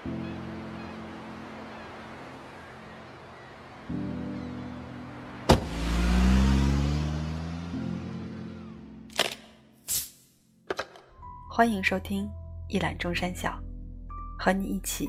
欢迎收听一览众山小，和你一起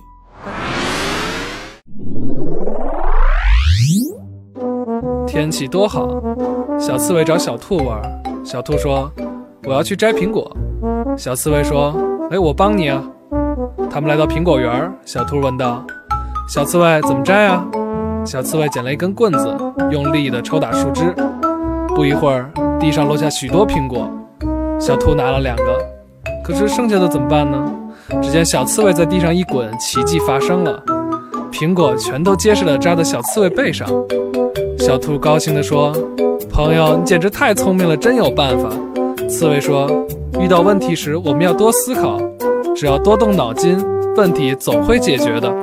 天气多好，小刺猬找小兔玩。小兔说：“我要去摘苹果。”小刺猬说：“我帮你啊。”他们来到苹果园，小兔问道：“小刺猬怎么摘啊？”小刺猬捡了一根棍子，用力地抽打树枝。不一会儿，地上落下许多苹果。小兔拿了2个，可是剩下的怎么办呢？只见小刺猬在地上一滚，奇迹发生了，苹果全都结实地扎在小刺猬背上。小兔高兴地说：“朋友，你简直太聪明了，真有办法。”刺猬说：“遇到问题时，我们要多思考，只要多动脑筋，问题总会解决的。”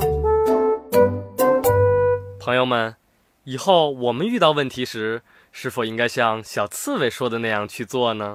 朋友们，以后我们遇到问题时，是否应该像小刺猬说的那样去做呢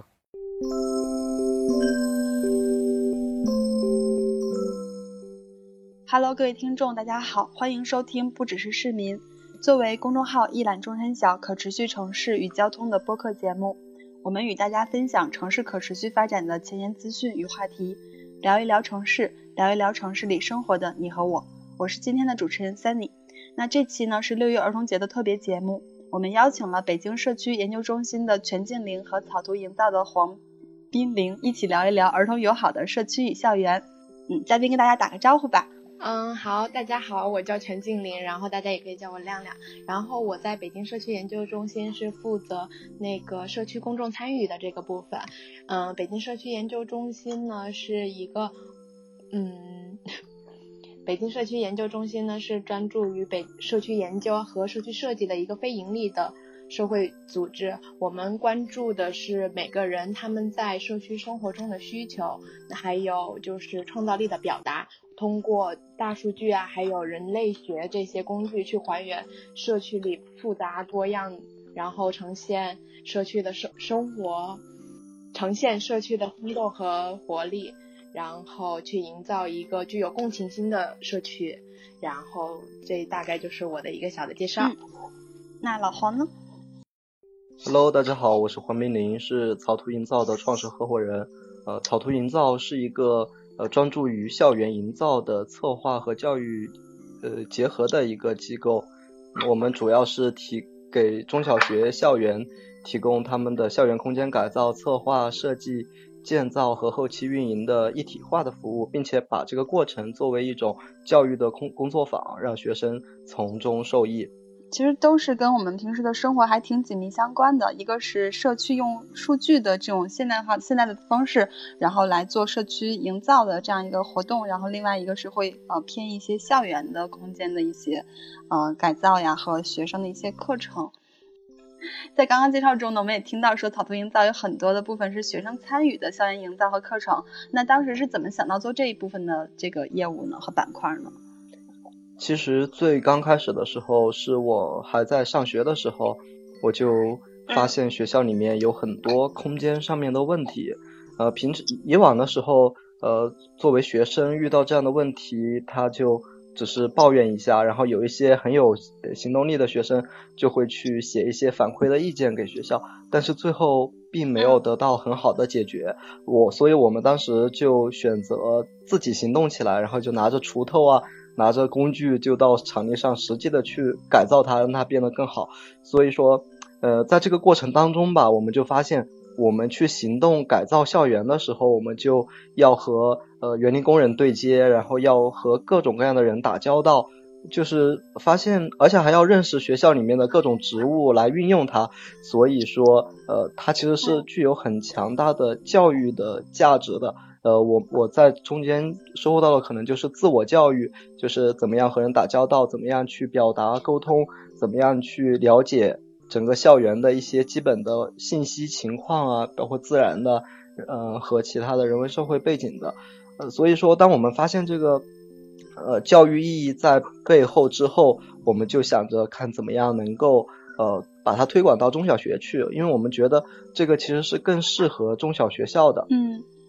？Hello， 各位听众，大家好，欢迎收听不只是市民。作为公众号一览众山小可持续城市与交通的播客节目，我们与大家分享城市可持续发展的前沿资讯与话题，聊一聊城市，聊一聊城市里生活的你和我。我是今天的主持人 Sunny。那这期呢是6月儿童节的特别节目，我们邀请了北京社区研究中心的全静玲和草图营造的黄冰玲一起聊一聊儿童友好的社区与校园。嘉宾跟大家打个招呼吧。 好，大家好，我叫全静玲，然后大家也可以叫我亮亮。然后我在北京社区研究中心是负责那个社区公众参与的这个部分。北京社区研究中心呢是一个北京社区研究中心呢是专注于社区研究和社区设计的一个非盈利的社会组织。我们关注的是每个人他们在社区生活中的需求，还有就是创造力的表达，通过大数据啊还有人类学这些工具去还原社区里复杂多样，然后呈现社区的生活，呈现社区的生动和活力，然后去营造一个具有共情心的社区。然后这大概就是我的一个小的介绍。 那老黄呢 ？Hello， 大家好，我是黄冰玲，是草图营造的创始合伙人。草图营造是一个专注于校园营造的策划和教育结合的一个机构。我们主要是给中小学校园提供他们的校园空间改造、策划、设计、建造和后期运营的一体化的服务，并且把这个过程作为一种教育的工作坊，让学生从中受益。 其实都是跟我们平时的生活还挺紧密相关的，一个是社区用数据的这种现代的方式，然后来做社区营造的这样一个活动，然后另外一个是会偏一些校园的空间的一些改造呀和学生的一些课程。在刚刚介绍中呢，我们也听到说草图营造有很多的部分是学生参与的校园营造和课程，那当时是怎么想到做这一部分的这个业务呢和板块呢？ 其实最刚开始的时候是我还在上学的时候，我就发现学校里面有很多空间上面的问题。以往的时候作为学生遇到这样的问题，他就只是抱怨一下，然后有一些很有行动力的学生就会去写一些反馈的意见给学校，但是最后并没有得到很好的解决。所以我们当时就选择自己行动起来，然后就拿着锄头啊，拿着工具就到场地上实际的去改造它，让它变得更好。所以说在这个过程当中吧，我们就发现我们去行动改造校园的时候，我们就要和园林工人对接，然后要和各种各样的人打交道，就是发现而且还要认识学校里面的各种植物来运用它。所以说它其实是具有很强大的教育的价值的。我在中间收获到的可能就是自我教育，就是怎么样和人打交道，怎么样去表达沟通，怎么样去了解整个校园的一些基本的信息情况啊，包括自然的和其他的人文社会背景的。所以说当我们发现这个教育意义在背后之后，我们就想着看怎么样能够把它推广到中小学去，因为我们觉得这个其实是更适合中小学校的。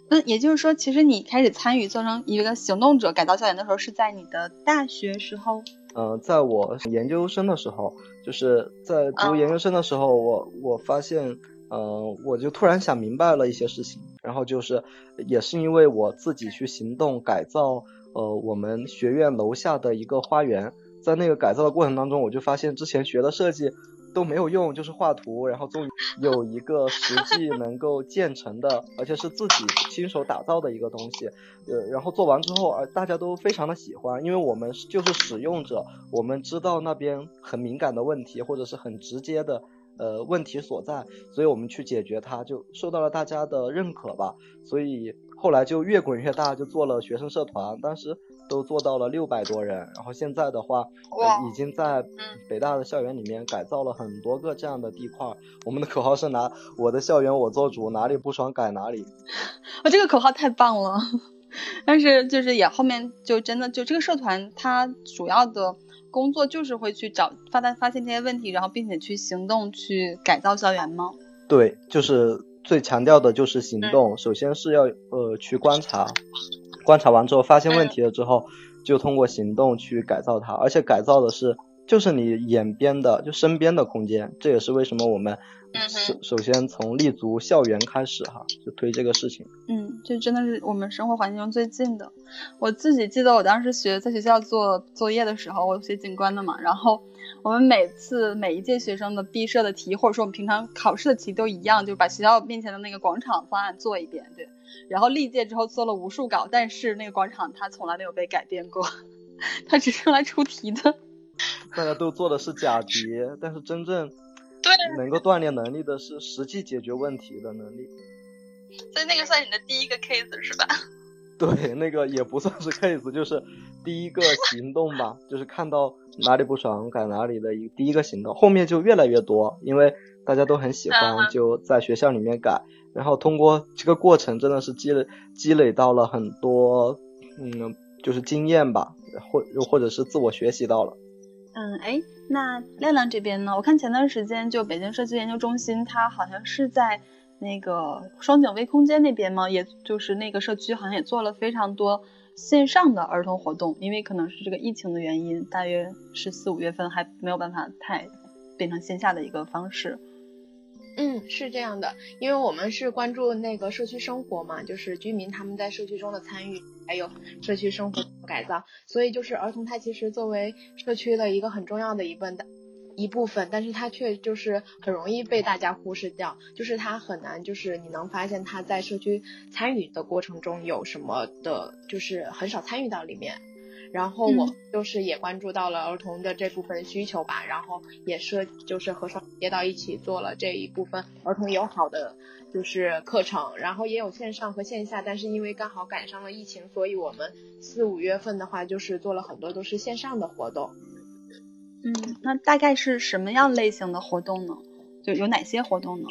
那也就是说，其实你开始参与做成一个行动者改造校园的时候，是在你的大学时候？ 在我研究生的时候，就是在读研究生的时候，我发现，我就突然想明白了一些事情，然后就是也是因为我自己去行动改造，我们学院楼下的一个花园，在那个改造的过程当中，我就发现之前学的设计都没有用，就是画图，然后终于有一个实际能够建成的，而且是自己亲手打造的一个东西，然后做完之后，大家都非常的喜欢，因为我们就是使用者，我们知道那边很敏感的问题，或者是很直接的问题所在，所以我们去解决它，就受到了大家的认可吧，所以后来就越滚越大，就做了学生社团，当时都做到了600多人，然后现在的话，已经在北大的校园里面改造了很多个这样的地块。我们的口号是拿我的校园我做主，哪里不爽改哪里。 这个口号太棒了。但是就是也后面就真的就这个社团，它主要的工作就是会去发现这些问题，然后并且去行动去改造校园吗？ 对，就是最强调的就是行动。首先是要去观察完之后发现问题了之后，就通过行动去改造它，而且改造的就是你眼边的就身边的空间，这也是为什么我们首先从立足校园开始就推这个事情。 这真的是我们生活环境中最近的。我自己记得我当时在学校做作业的时候，我学景观的嘛，然后我们每一届学生的毕设的题，或者说我们平常考试的题都一样，就把学校面前的那个广场方案做一遍，对。然后历届之后做了无数稿，但是那个广场它从来没有被改变过，它只是用来出题的。 大家都做的是假题，但是真正能够锻炼能力的是实际解决问题的能力。 所以那个算你的第一个 case 是吧？ 对，那个也不算是 case， 就是第一个行动吧，就是看到哪里不爽改哪里的第一个行动，后面就越来越多，因为大家都很喜欢，就在学校里面改，然后通过这个过程真的是积累到了很多就是经验吧，或者是自我学习到了。 那亮亮这边呢？我看前段时间就北京社区研究中心，它好像是在那个双井微空间那边嘛，也就是那个社区好像也做了非常多线上的儿童活动，因为可能是这个疫情的原因，大约是4、5月份还没有办法太变成线下的一个方式。 是这样的，因为我们是关注那个社区生活嘛，就是居民他们在社区中的参与，还有社区生活改造，所以就是儿童他其实作为社区的一个很重要的一部分，但是他却就是很容易被大家忽视掉，就是他很难就是你能发现他在社区参与的过程中有什么的，就是很少参与到里面。然后我就是也关注到了儿童的这部分需求吧，然后也就是和双街道一起做了这一部分儿童友好的就是课程，然后也有线上和线下，但是因为刚好赶上了疫情，所以我们4、5月份的话就是做了很多都是线上的活动。 那大概是什么样类型的活动呢？就有哪些活动呢？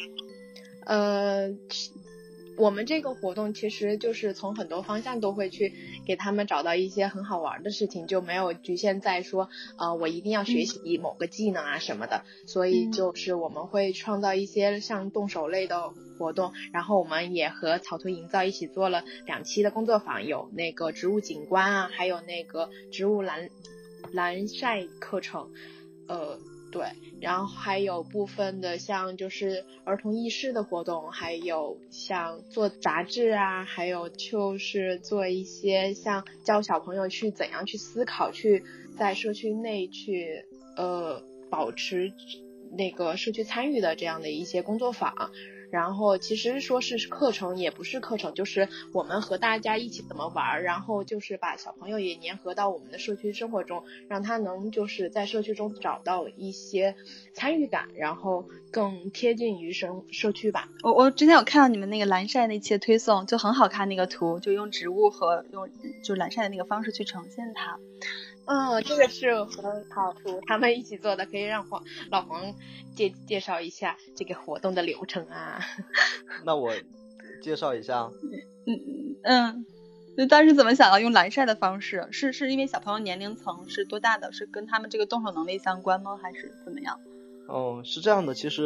我们这个活动其实就是从很多方向都会去给他们找到一些很好玩的事情，就没有局限在说我一定要学习某个技能啊什么的，所以就是我们会创造一些像动手类的活动，然后我们也和草图营造一起做了2期的工作坊，有那个植物景观啊，还有那个植物蓝晒课程，对，然后还有部分的像就是儿童议事的活动，还有像做杂志啊，还有就是做一些像教小朋友去怎样去思考，去在社区内去保持那个社区参与的这样的一些工作坊。然后其实说是课程也不是课程，就是我们和大家一起怎么玩，然后就是把小朋友也粘合到我们的社区生活中，让他能就是在社区中找到一些参与感，然后更贴近于社区吧。 我之前有看到你们那个蓝晒那期的推送，就很好看，那个图就用植物和用就蓝晒的那个方式去呈现它。 这个是和草图他们一起做的，可以让老黄介绍一下这个活动的流程啊。 那我介绍一下。 当时怎么想到用蓝晒的方式？是因为小朋友年龄层是多大的？是跟他们这个动手能力相关吗？还是怎么样？ 是这样的，其实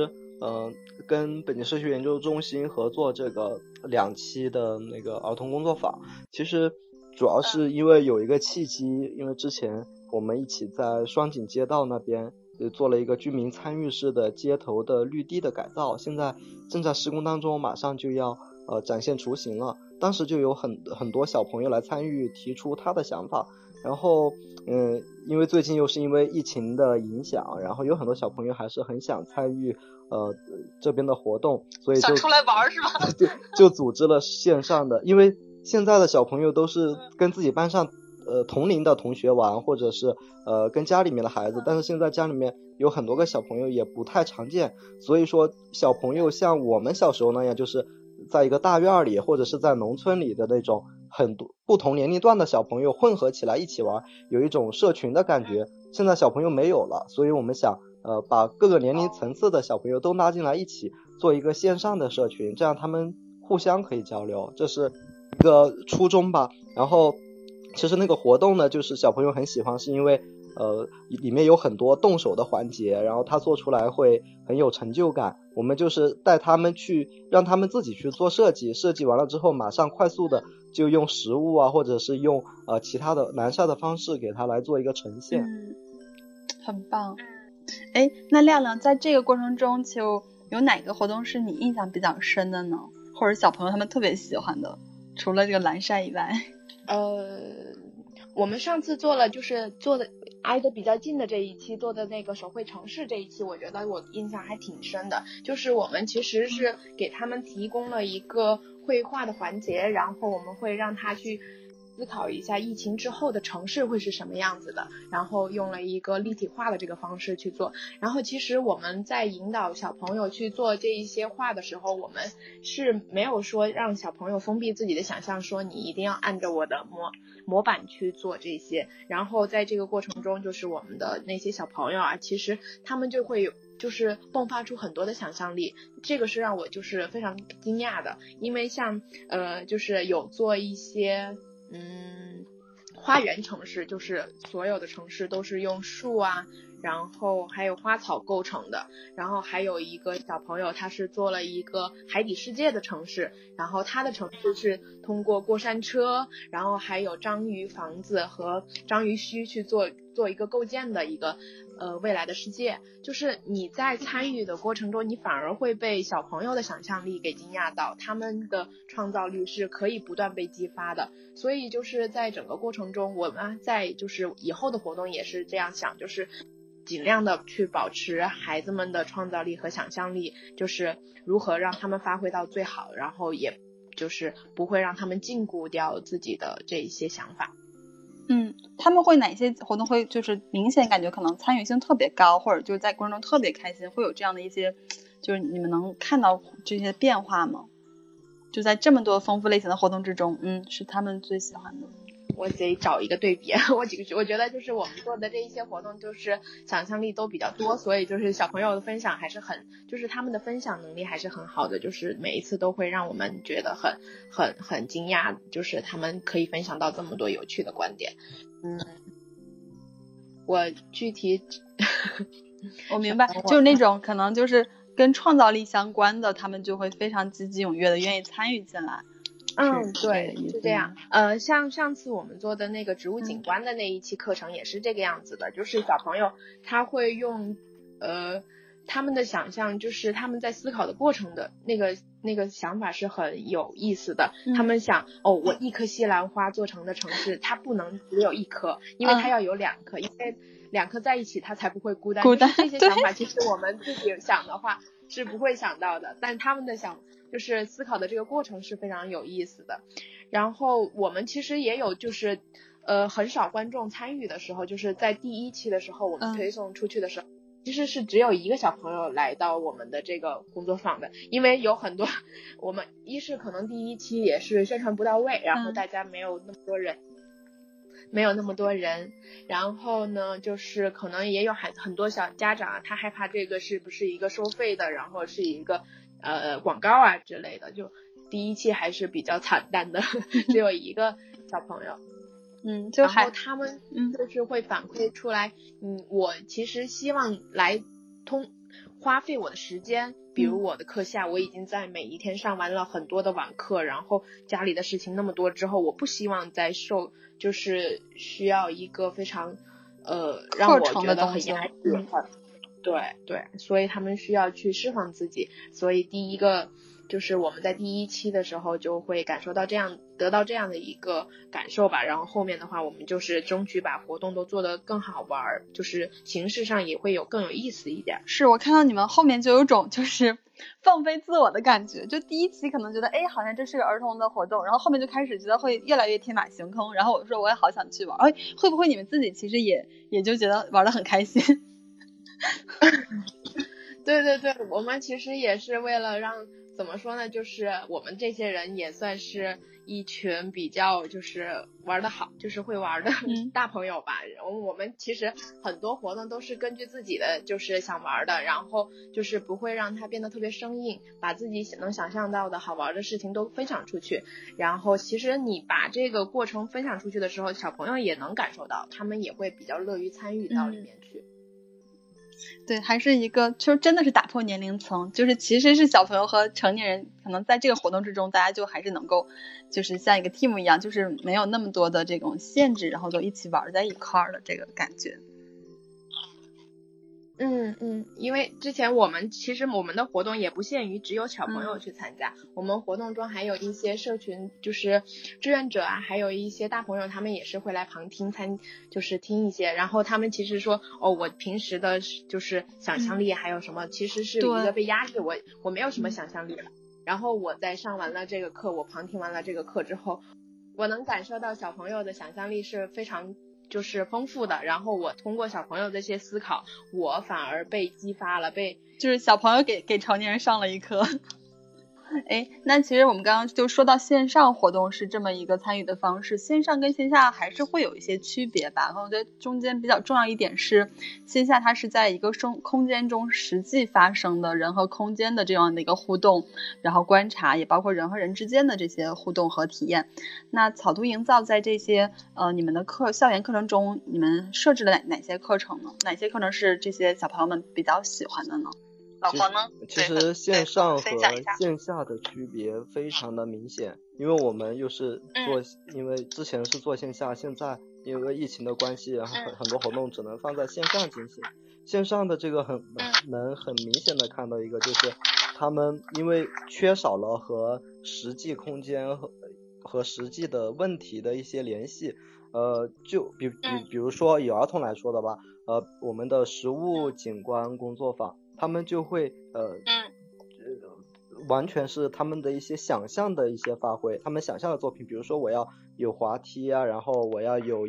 跟北京社区研究中心合作这个2期的那个儿童工作坊。其实主要是因为有一个契机，因为之前我们一起在双井街道那边做了一个居民参与式的街头的绿地的改造，现在正在施工当中，马上就要展现雏形了。当时就有很多小朋友来参与，提出他的想法。然后因为最近又是因为疫情的影响，然后有很多小朋友还是很想参与这边的活动，所以就想出来玩是吗？ 就组织了线上的。因为现在的小朋友都是跟自己班上同龄的同学玩，或者是跟家里面的孩子，但是现在家里面有很多个小朋友也不太常见，所以说小朋友像我们小时候那样，就是在一个大院里或者是在农村里的那种很多不同年龄段的小朋友混合起来一起玩，有一种社群的感觉。现在小朋友没有了，所以我们想把各个年龄层次的小朋友都拉进来一起做一个线上的社群，这样他们互相可以交流，这是一个初衷吧。然后其实那个活动呢，就是小朋友很喜欢，是因为里面有很多动手的环节，然后他做出来会很有成就感。我们就是带他们去，让他们自己去做设计，设计完了之后马上快速的就用实物啊，或者是用其他的南沙的方式给他来做一个呈现。 很棒。那亮亮在这个过程中就有哪个活动是你印象比较深的呢？或者小朋友他们特别喜欢的，除了这个蓝晒以外？ 我们上次做了，就是做的挨得比较近的这一期做的那个手绘城市这一期，我觉得我印象还挺深的。就是我们其实是给他们提供了一个绘画的环节，然后我们会让他去思考一下疫情之后的城市会是什么样子的，然后用了一个立体化的这个方式去做。然后其实我们在引导小朋友去做这一些画的时候，我们是没有说让小朋友封闭自己的想象，说你一定要按照我的模板去做这些。然后在这个过程中，就是我们的那些小朋友啊，其实他们就会有就是迸发出很多的想象力，这个是让我就是非常惊讶的。因为像就是有做一些花园城市，就是所有的城市都是用树啊，然后还有花草构成的。然后还有一个小朋友他是做了一个海底世界的城市，然后他的城市是通过过山车，然后还有章鱼房子和章鱼须去做一个构建的一个未来的世界。就是你在参与的过程中，你反而会被小朋友的想象力给惊讶到，他们的创造力是可以不断被激发的。所以就是在整个过程中，我们在就是以后的活动也是这样想，就是尽量的去保持孩子们的创造力和想象力，就是如何让他们发挥到最好，然后也就是不会让他们禁锢掉自己的这一些想法。 他们会哪些活动会就是明显感觉可能参与性特别高，或者就是在过程中特别开心，会有这样的一些就是你们能看到这些变化吗？就在这么多丰富类型的活动之中，是他们最喜欢的。 我得找一个对比，我觉得就是我们做的这一些活动就是想象力都比较多，所以就是小朋友的分享还是就是他们的分享能力还是很好的，就是每一次都会让我们觉得很惊讶，就是他们可以分享到这么多有趣的观点。我具体我明白，就是那种可能就是跟创造力相关的，他们就会非常积极踊跃的愿意参与进来。 对，是这样。像上次我们做的那个植物景观的那一期课程也是这个样子的，就是小朋友他会用他们的想象，就是他们在思考的过程的那个想法是很有意思的。他们想我一颗西兰花做成的城市，它不能只有一颗，因为它要有2颗，因为2颗在一起它才不会孤单。这些想法其实我们自己想的话是不会想到的，但他们的就是思考的这个过程是非常有意思的。然后我们其实也有就是很少观众参与的时候，就是在第1期的时候我们推送出去的时候，其实是只有一个小朋友来到我们的这个工作坊的。因为有很多我们一是可能第1期也是宣传不到位，然后大家没有那么多人，然后呢就是可能也有很多小家长啊，他害怕这个是不是一个收费的，然后是一个广告啊之类的，就第1期还是比较惨淡的只有一个小朋友。然后他们就是会反馈出来，我其实希望来花费我的时间比如我的课下，我已经在每一天上完了很多的晚课，然后家里的事情那么多之后，我不希望再就是需要一个非常让我觉得很压抑对，所以他们需要去释放自己。所以第一个就是我们在第1期的时候就会得到这样的一个感受吧，然后后面的话我们就是争取把活动都做得更好玩，就是形式上也会更有意思一点。 是我看到你们后面就有种就是放飞自我的感觉，就第1期可能觉得好像这是个儿童的活动，然后后面就开始觉得会越来越天马行空，然后我说我也好想去玩，会不会你们自己其实也就觉得玩得很开心？ 对，我们其实也是为了怎么说呢，就是我们这些人也算是一群比较就是玩得好，就是会玩的大朋友吧。我们其实很多活动都是根据自己的就是想玩的，然后就是不会让它变得特别生硬，把自己能想象到的好玩的事情都分享出去。然后其实你把这个过程分享出去的时候，小朋友也能感受到，他们也会比较乐于参与到里面去。 对，还是一个就真的是打破年龄层，就是其实是小朋友和成年人可能在这个活动之中，大家就还是能够就是像一个 team 一样，就是没有那么多的这种限制，然后就一起玩在一块儿的这个感觉。 因为之前其实我们的活动也不限于只有小朋友去参加，我们活动中还有一些社群就是志愿者啊，还有一些大朋友，他们也是会来旁听就是听一些，然后他们其实说我平时的就是想象力还有什么其实是一个被压制，我没有什么想象力了，然后我在上完了这个课，我旁听完了这个课之后，我能感受到小朋友的想象力是非常就是丰富的，然后我通过小朋友这些思考，我反而被激发了， 就是小朋友给成年人上了一课。那其实我们刚刚就说到线上活动是这么一个参与的方式，线上跟线下还是会有一些区别吧。然后我觉得中间比较重要一点是，线下它是在一个空间中实际发生的人和空间的这样的一个互动，然后观察，也包括人和人之间的这些互动和体验。那草图营造在这些你们的校园课程中，你们设置了哪些课程呢？哪些课程是这些小朋友们比较喜欢的呢？老黄呢？ 其实线上和线下的区别非常的明显，因为我们又是因为之前是做线下，现在因为疫情的关系，然后很多活动只能放在线上进行。线上的这个能很明显的看到一个，就是他们因为缺少了和实际空间和实际的问题的一些联系，就比如说以儿童来说的吧，我们的实物景观工作坊，他们就会完全是他们的一些想象的一些发挥，他们想象的作品，比如说我要有滑梯啊，然后我要有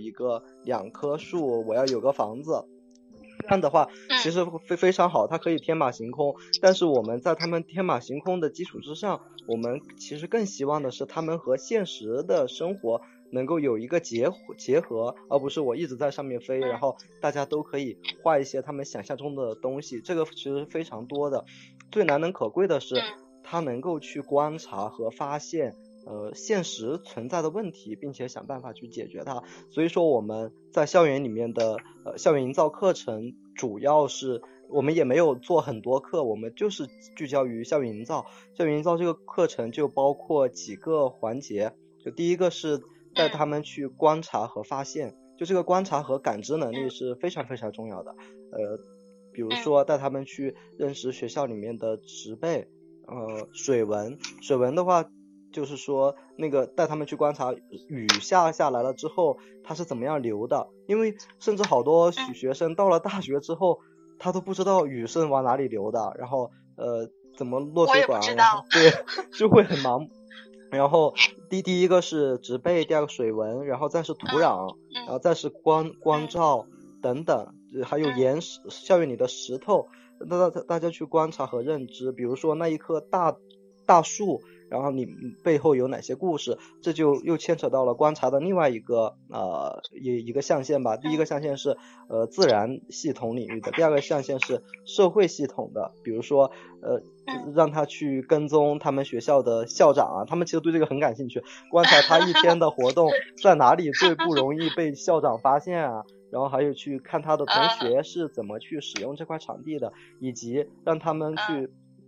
2棵树，我要有个房子，这样的话其实非常好，它可以天马行空，但是我们在他们天马行空的基础之上，我们其实更希望的是他们和现实的生活能够有一个结合，而不是我一直在上面飞，然后大家都可以画一些他们想象中的东西，这个其实非常多的。最难能可贵的是他能够去观察和发现现实存在的问题，并且想办法去解决它。所以说我们在校园里面的校园营造课程，主要是我们也没有做很多课，我们就是聚焦于校园营造。校园营造这个课程就包括几个环节，就第一个是带他们去观察和发现，就这个观察和感知能力是非常非常重要的。比如说带他们去认识学校里面的植被，水文的话，就是说那个带他们去观察雨下来了之后它是怎么样流的，因为甚至好多学生到了大学之后，他都不知道雨是往哪里流的，然后怎么落水管，对，就会很忙。然后第一个是植被，第二个水文，然后再是土壤，然后再是光照等等，还有岩石，校园里的石头，大家去观察和认知。比如说那一棵大树，然后你背后有哪些故事，这就又牵扯到了观察的另外一个一个象限吧。第一个象限是自然系统领域的，第二个象限是社会系统的。比如说让他去跟踪他们学校的校长啊，他们其实对这个很感兴趣，观察他一天的活动在哪里最不容易被校长发现啊，然后还有去看他的同学是怎么去使用这块场地的，以及让他们去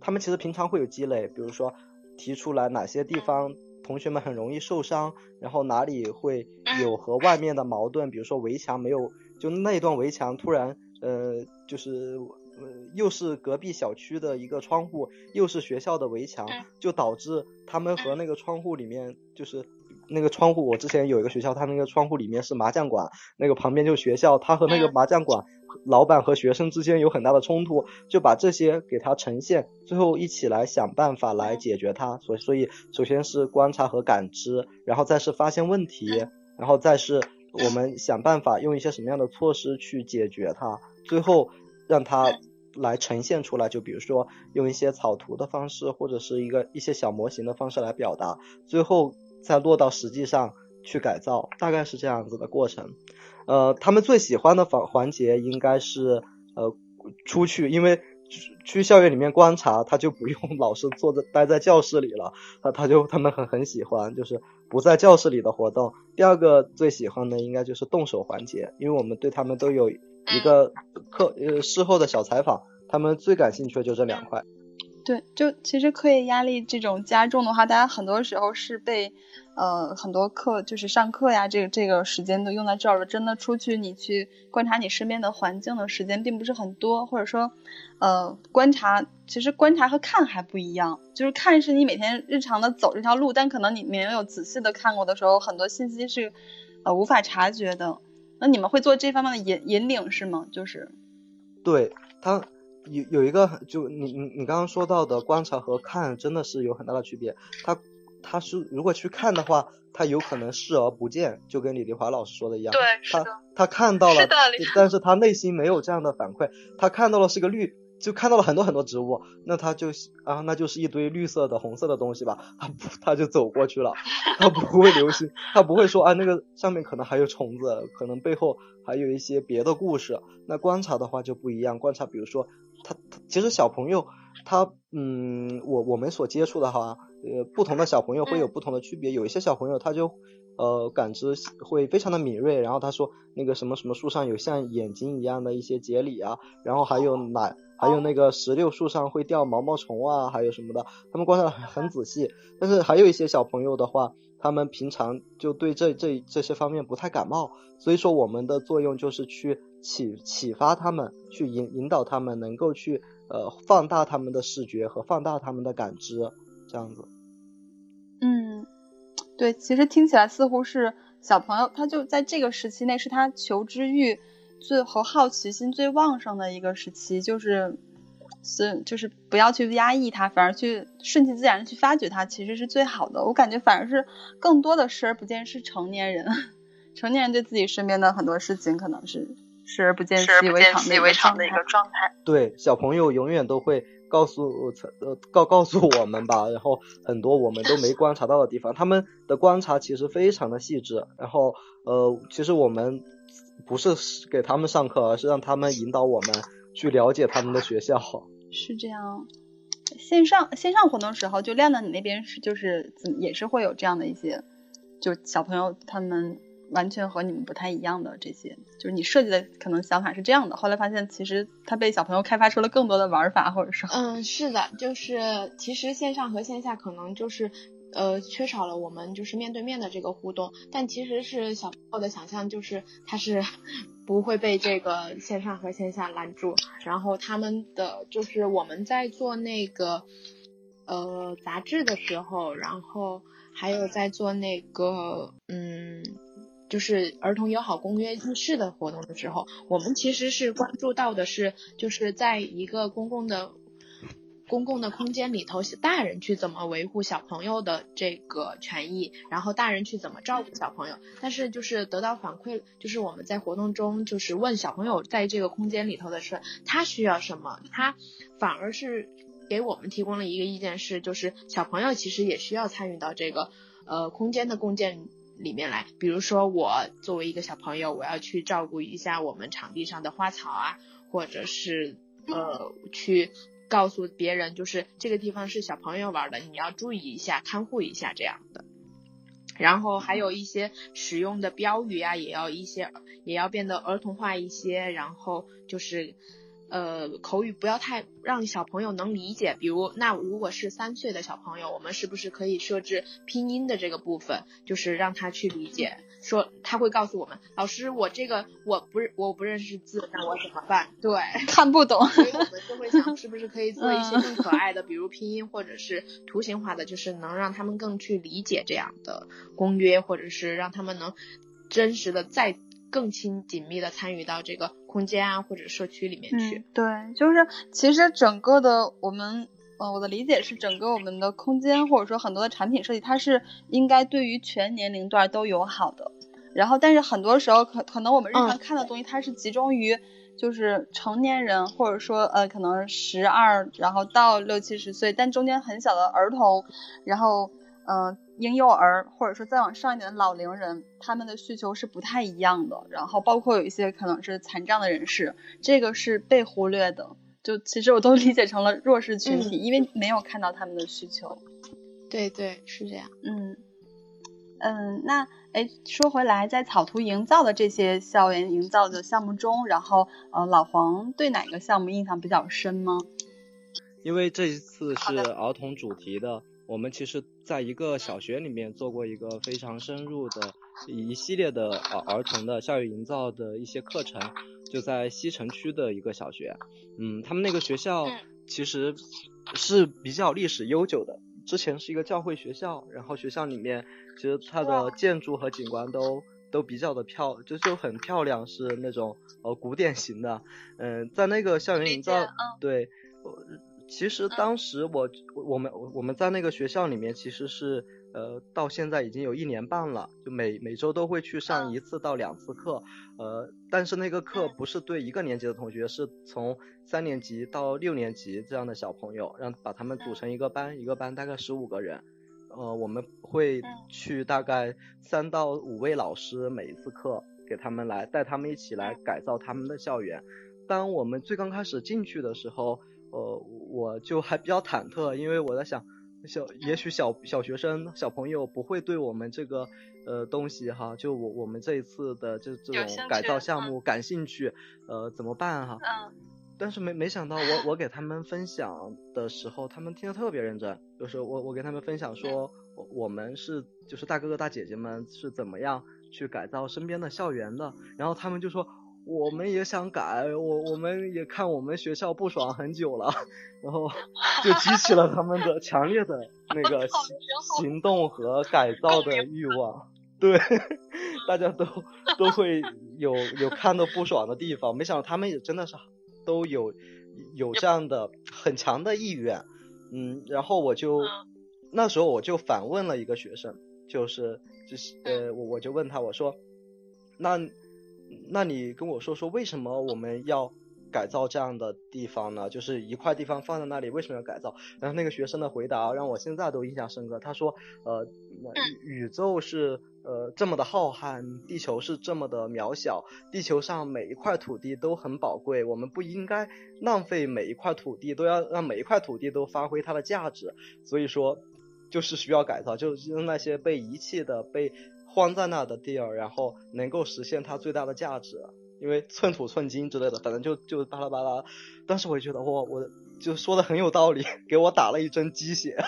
他们其实平常会有积累，比如说提出来哪些地方同学们很容易受伤，然后哪里会有和外面的矛盾，比如说围墙没有，就那一段围墙突然就是又是隔壁小区的一个窗户，又是学校的围墙，就导致他们和那个窗户里面，就是那个窗户，我之前有一个学校，他那个窗户里面是麻将馆，那个旁边就是学校，他和那个麻将馆老板和学生之间有很大的冲突，就把这些给它呈现，最后一起来想办法来解决它。所以首先是观察和感知，然后再是发现问题，然后再是我们想办法用一些什么样的措施去解决它，最后让它来呈现出来，就比如说用一些草图的方式，或者是一些小模型的方式来表达，最后再落到实际上去改造，大概是这样子的过程。他们最喜欢的环节应该是出去，因为去校园里面观察，他就不用老是待在教室里了，他们很喜欢就是不在教室里的活动。第二个最喜欢的应该就是动手环节，因为我们对他们都有一个事后的小采访，他们最感兴趣的就这2块。 对，就其实课业压力这种加重的话，大家很多时候是被很多课就是上课呀，这个时间都用在这儿了，真的出去你去观察你身边的环境的时间并不是很多，或者说其实观察和看还不一样，就是看是你每天日常的走这条路，但可能你没有仔细的看过的时候，很多信息是无法察觉的。那你们会做这方面的引领是吗？就是对，他有一个，就你刚刚说到的观察和看真的是有很大的区别。他是如果去看的话，他有可能视而不见，就跟李丽华老师说的一样。 对，是的， 他看到了， 是的， 但是他内心没有这样的反馈，他看到了是个就看到了很多很多植物，那他就那就是一堆绿色的红色的东西吧，他就走过去了，他不会留心，他不会说那个上面可能还有虫子，可能背后还有一些别的故事。那观察的话就不一样，观察比如说他其实小朋友我们所接触的话，不同的小朋友会有不同的区别，有一些小朋友他就感知会非常的敏锐，然后他说那个什么什么树上有像眼睛一样的一些节理啊，然后还有那个石榴树上会掉毛毛虫啊，还有什么的，他们观察得很仔细。但是还有一些小朋友的话，他们平常就对这些方面不太感冒，所以说我们的作用就是去启发他们，去引导他们能够去放大他们的视觉和放大他们的感知，这样子。 对，其实听起来似乎是小朋友他就在这个时期内是他求知欲和好奇心最旺盛的一个时期，就是不要去压抑它，反而去顺其自然的去发掘它，其实是最好的。我感觉反而是更多的视而不见是成年人对自己身边的很多事情可能是视而不见习以为常的一个状态。 对，小朋友永远都会告诉我们吧，然后很多我们都没观察到的地方，他们的观察其实非常的细致，然后其实我们不是给他们上课，而是让他们引导我们去了解他们的学校。 是这样。线上活动时候，就亮亮你那边也是会有这样的一些，就小朋友他们完全和你们不太一样的这些，就是你设计的可能想法是这样的，后来发现其实他被小朋友开发出了更多的玩法，或者说是的，就是其实线上和线下可能就是缺少了我们就是面对面的这个互动，但其实是小朋友的想象就是他是不会被这个线上和线下拦住，然后他们的就是我们在做那个杂志的时候，然后还有在做那个就是儿童友好公约议事的活动的时候，我们其实是关注到的是就是在一个公共的空间里头，大人去怎么维护小朋友的这个权益，然后大人去怎么照顾小朋友。但是就是得到反馈，就是我们在活动中就是问小朋友在这个空间里头的事，他需要什么，他反而是给我们提供了一个意见是，就是小朋友其实也需要参与到这个空间的共建里面来。比如说我作为一个小朋友，我要去照顾一下我们场地上的花草啊，或者是去告诉别人就是这个地方是小朋友玩的，你要注意一下，看护一下这样的。然后还有一些使用的标语啊，也要变得儿童化一些，然后就是口语不要太让小朋友能理解。比如那如果是3岁的小朋友，我们是不是可以设置拼音的这个部分，就是让他去理解，说他会告诉我们，老师我这个我不认识字，那我怎么办？对， 看不懂。 所以我们就会想是不是可以做一些更可爱的比如拼音或者是图形化的，就是能让他们更去理解这样的公约，或者是让他们能真实的再更紧密的参与到这个空间啊或者社区里面去。 对，就是其实整个的我的理解是，整个我们的空间或者说很多的产品设计，它是应该对于全年龄段都友好的。然后但是很多时候可能我们日常看的东西，它是集中于就是成年人，或者说可能12然后到60、70岁，但中间很小的儿童，然后婴幼儿或者说再往上一点的老龄人，他们的需求是不太一样的。然后包括有一些可能是残障的人士，这个是被忽略的。就其实我都理解成了弱势群体，因为没有看到他们的需求。 对对，是这样。 那说回来，在草图营造的这些校园营造的项目中，然后老黄对哪个项目印象比较深吗？ 因为这一次是儿童主题的，我们其实在一个小学里面做过一个非常深入的一系列的儿童的校园营造的一些课程，就在西城区的一个小学。他们那个学校其实是比较历史悠久的，之前是一个教会学校，然后学校里面其实它的建筑和景观都比较的就很漂亮，是那种古典型的。在那个校园营造，对，其实当时我们在那个学校里面其实是到现在已经有1年半了，就每周都会去上1次到2次课。但是那个课不是对1个年级的同学，是从3年级到6年级这样的小朋友，把他们组成一个班，一个班大概15个人。我们会去大概3到5位老师，每一次课给他们来带他们一起来改造他们的校园。当我们最刚开始进去的时候，我就还比较忐忑，因为我在想也许小学生小朋友不会对我们这个东西哈，就我们这一次的这种改造项目感兴趣，怎么办哈？但是没想到我给他们分享的时候，他们听得特别认真。就是我给他们分享说，我们就是大哥哥大姐姐们是怎么样去改造身边的校园的，然后他们就说我们也想改，我们也看我们学校不爽很久了，然后就激起了他们的强烈的那个行动和改造的欲望。对，大家都会有看到不爽的地方，没想到他们也真的是都有这样的很强的意愿。然后那时候我就反问了一个学生，我就问他，我说那你跟我说为什么我们要改造这样的地方呢？就是一块地方放在那里，为什么要改造？然后那个学生的回答让我现在都印象深刻。他说宇宙是这么的浩瀚，地球是这么的渺小，地球上每一块土地都很宝贵，我们不应该浪费每一块土地，都要让每一块土地都发挥它的价值。所以说就是需要改造，就是那些被遗弃的被荒在那的地儿，然后能够实现它最大的价值，因为寸土寸金之类的，反正就巴拉巴拉。当时我觉得我就说的很有道理，给我打了一针鸡血。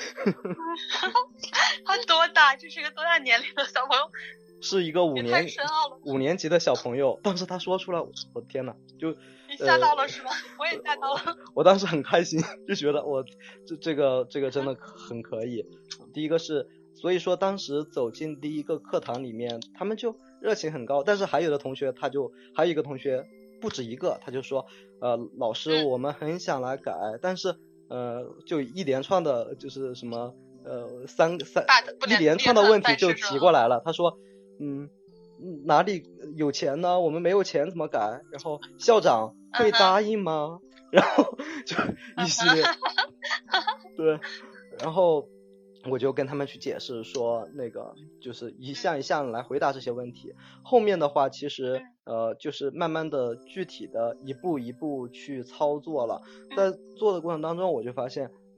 他多大？这是一个多大年龄的小朋友？ 是一个5年级的小朋友。当时他说出来，我天哪，就你吓到了是吧？我也吓到了。 我当时很开心，就觉得我这个真的很可以。第一个是，所以说当时走进第一个课堂里面，他们就热情很高，但是还有一个同学不止一个，他就说老师我们很想来改，但是就一连串的就是什么一连串的问题就提过来了。他说哪里有钱呢？我们没有钱怎么改？然后校长会答应吗？然后就一系列对，然后我就跟他们去解释说，那个就是一项一项来回答这些问题。后面的话其实就是慢慢的具体的一步一步去操作了。在做的过程当中，我就发现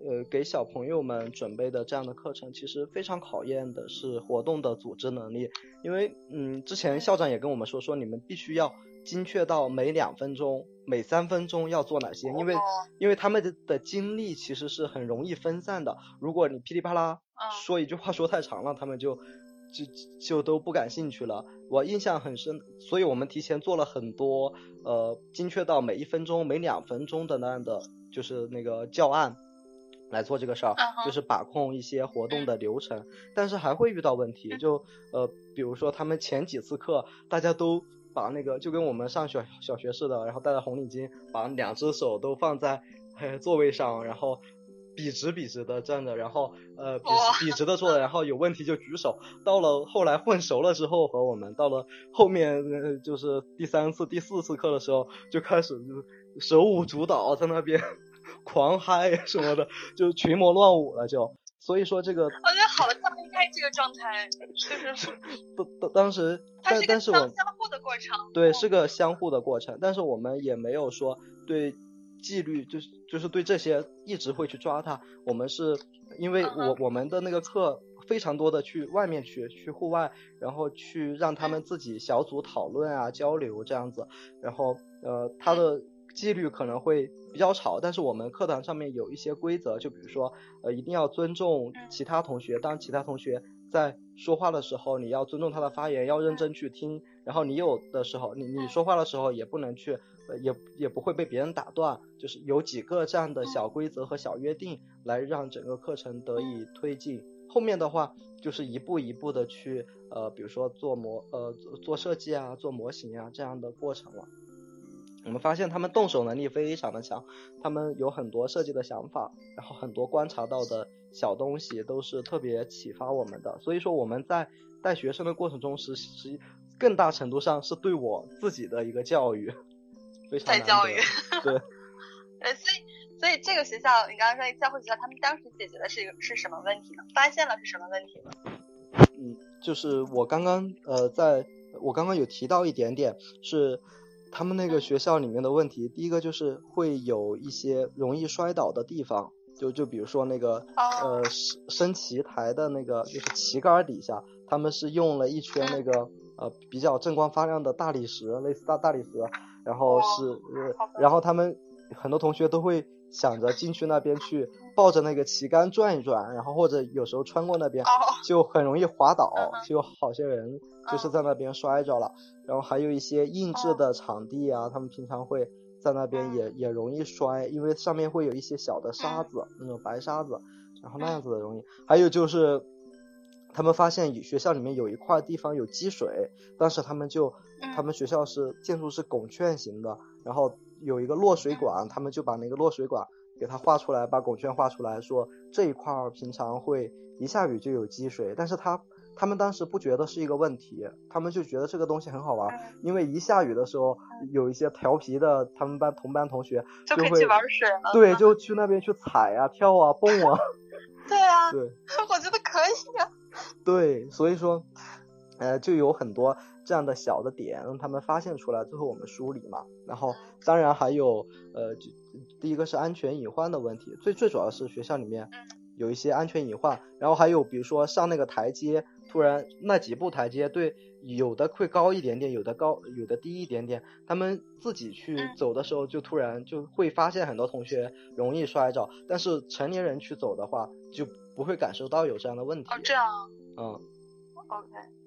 给小朋友们准备的这样的课程，其实非常考验的是活动的组织能力。因为之前校长也跟我们说你们必须要精确到每2分钟、每3分钟要做哪些，因为他们的精力其实是很容易分散的。如果你噼里啪啦说一句话说太长了，他们就都不感兴趣了。我印象很深，所以我们提前做了很多精确到每1分钟、每2分钟的那样的就是那个教案来做这个事儿，就是把控一些活动的流程。但是还会遇到问题，就比如说他们前几次课大家都把那个就跟我们上小学似的，然后戴着红领巾，把2只手都放在座位上，然后笔直的站着，然后笔直的坐着，然后有问题就举手。到了后来混熟了之后，和我们到了后面就是第3次、第4次课的时候，就开始就手舞足蹈在那边狂嗨什么的，就群魔乱舞了就。所以说这个， 我觉得好的教练应该这个状态，就是当时， 它是个相互的过程。 对，是个相互的过程，但是我们也没有说对纪律就是对这些一直会去抓它。我们是因为我们的那个课非常多的去外面去户外，然后去让他们自己小组讨论啊交流这样子，然后他的纪律可能会比较吵，但是我们课堂上面有一些规则，就比如说一定要尊重其他同学，当其他同学在说话的时候，你要尊重他的发言，要认真去听，然后你有的时候你说话的时候也不能去也不会被别人打断，就是有几个这样的小规则和小约定来让整个课程得以推进。后面的话就是一步一步的去比如说做设计啊，做模型啊这样的过程了。我们发现他们动手能力非常的强，他们有很多设计的想法，然后很多观察到的小东西都是特别启发我们的。所以说我们在带学生的过程中，实际更大程度上是对我自己的一个教育，非常难得。 教育对所以这个学校，你刚刚说教会学校，他们当时解决的是什么问题呢？发现了是什么问题呢？ 就是我刚刚有提到一点点，是他们那个学校里面的问题。第一个就是会有一些容易摔倒的地方，就比如说那个升旗台的那个就是旗杆底下，他们是用了一圈那个比较锃光发亮的大理石，类似大理石，然后然后他们很多同学都会想着进去那边去抱着那个旗杆转一转，然后或者有时候穿过那边就很容易滑倒，就好些人就是在那边摔着了。然后还有一些硬质的场地啊，他们平常会在那边也容易摔，因为上面会有一些小的沙子，那种白沙子，然后那样子的容易。还有就是他们发现学校里面有一块地方有积水，当时他们学校建筑是拱券型的，然后有一个落水管，他们就把那个落水管给它画出来，把拱券画出来，说这一块平常会一下雨就有积水，但是他们当时不觉得是一个问题，他们就觉得这个东西很好玩，因为一下雨的时候有一些调皮的他们同班同学就可以去玩水了。 对，就去那边去踩啊跳啊蹦啊对啊， 对， 我觉得可以啊。 对，所以说就有很多这样的小的点让他们发现出来，最后我们梳理嘛。然后当然还有第一个是安全隐患的问题，最主要是学校里面有一些安全隐患，然后还有比如说上那个台阶，突然那几步台阶，对，有的会高一点点，有的低一点点，他们自己去走的时候就突然就会发现很多同学容易摔着，但是成年人去走的话就不会感受到有这样的问题。 这样。OK。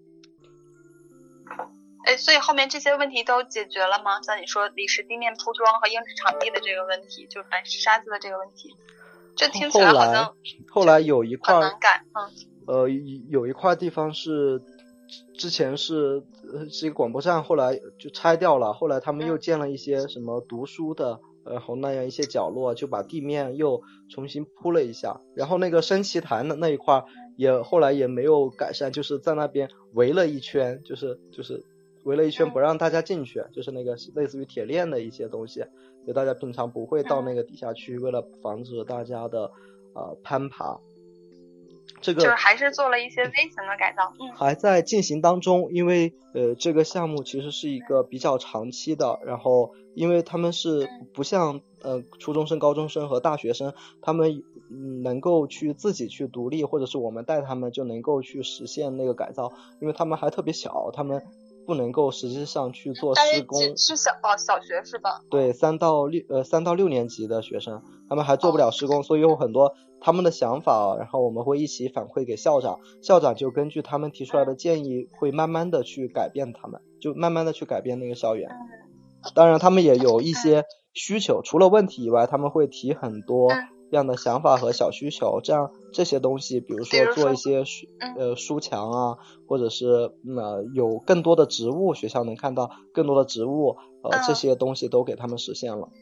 所以后面这些问题都解决了吗？像你说理石地面铺装和硬质场地的这个问题，就白石沙子的这个问题，这听起来好像后来有一块很难改。 有一块地方是之前是一个广播站，后来就拆掉了，后来他们又建了一些什么读书的然后那样一些角落，就把地面又重新铺了一下，然后那个升旗台的那一块后来也没有改善，就是在那边围了一圈，就是围了一圈不让大家进去，就是那个类似于铁链的一些东西，就大家平常不会到那个底下去，为了防止大家的攀爬。 就是还是做了一些微型的改造， 还在进行当中，因为这个项目其实是一个比较长期的，然后因为他们是不像初中生、高中生和大学生，他们能够去自己去独立，或者是我们带他们就能够去实现那个改造，因为他们还特别小，他们不能够实际上去做施工。 是小学是吧？ 对，3到6年级的学生，他们还做不了施工，所以有很多他们的想法，然后我们会一起反馈给校长，校长就根据他们提出来的建议，会慢慢的去改变他们，就慢慢的去改变那个校园。当然他们也有一些需求，除了问题以外，他们会提很多样的想法和小需求，这样这些东西比如说做一些书墙啊，或者是有更多的植物，学校能看到更多的植物，这些东西都给他们实现了。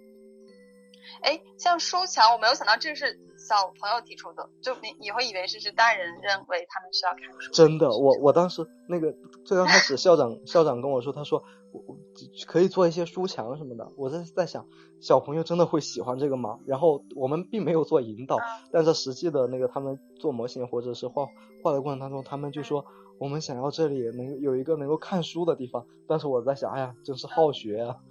像书墙我没有想到这是小朋友提出的，就你会以为是大人认为他们需要看书。 真的，我当时那个最刚开始校长跟我说，他说我可以做一些书墙什么的，我在想小朋友真的会喜欢这个吗？然后我们并没有做引导，但是实际的那个他们做模型或者是画的过程当中，他们就说我们想要这里能有一个能够看书的地方，但是我在想，哎呀，真是好学啊。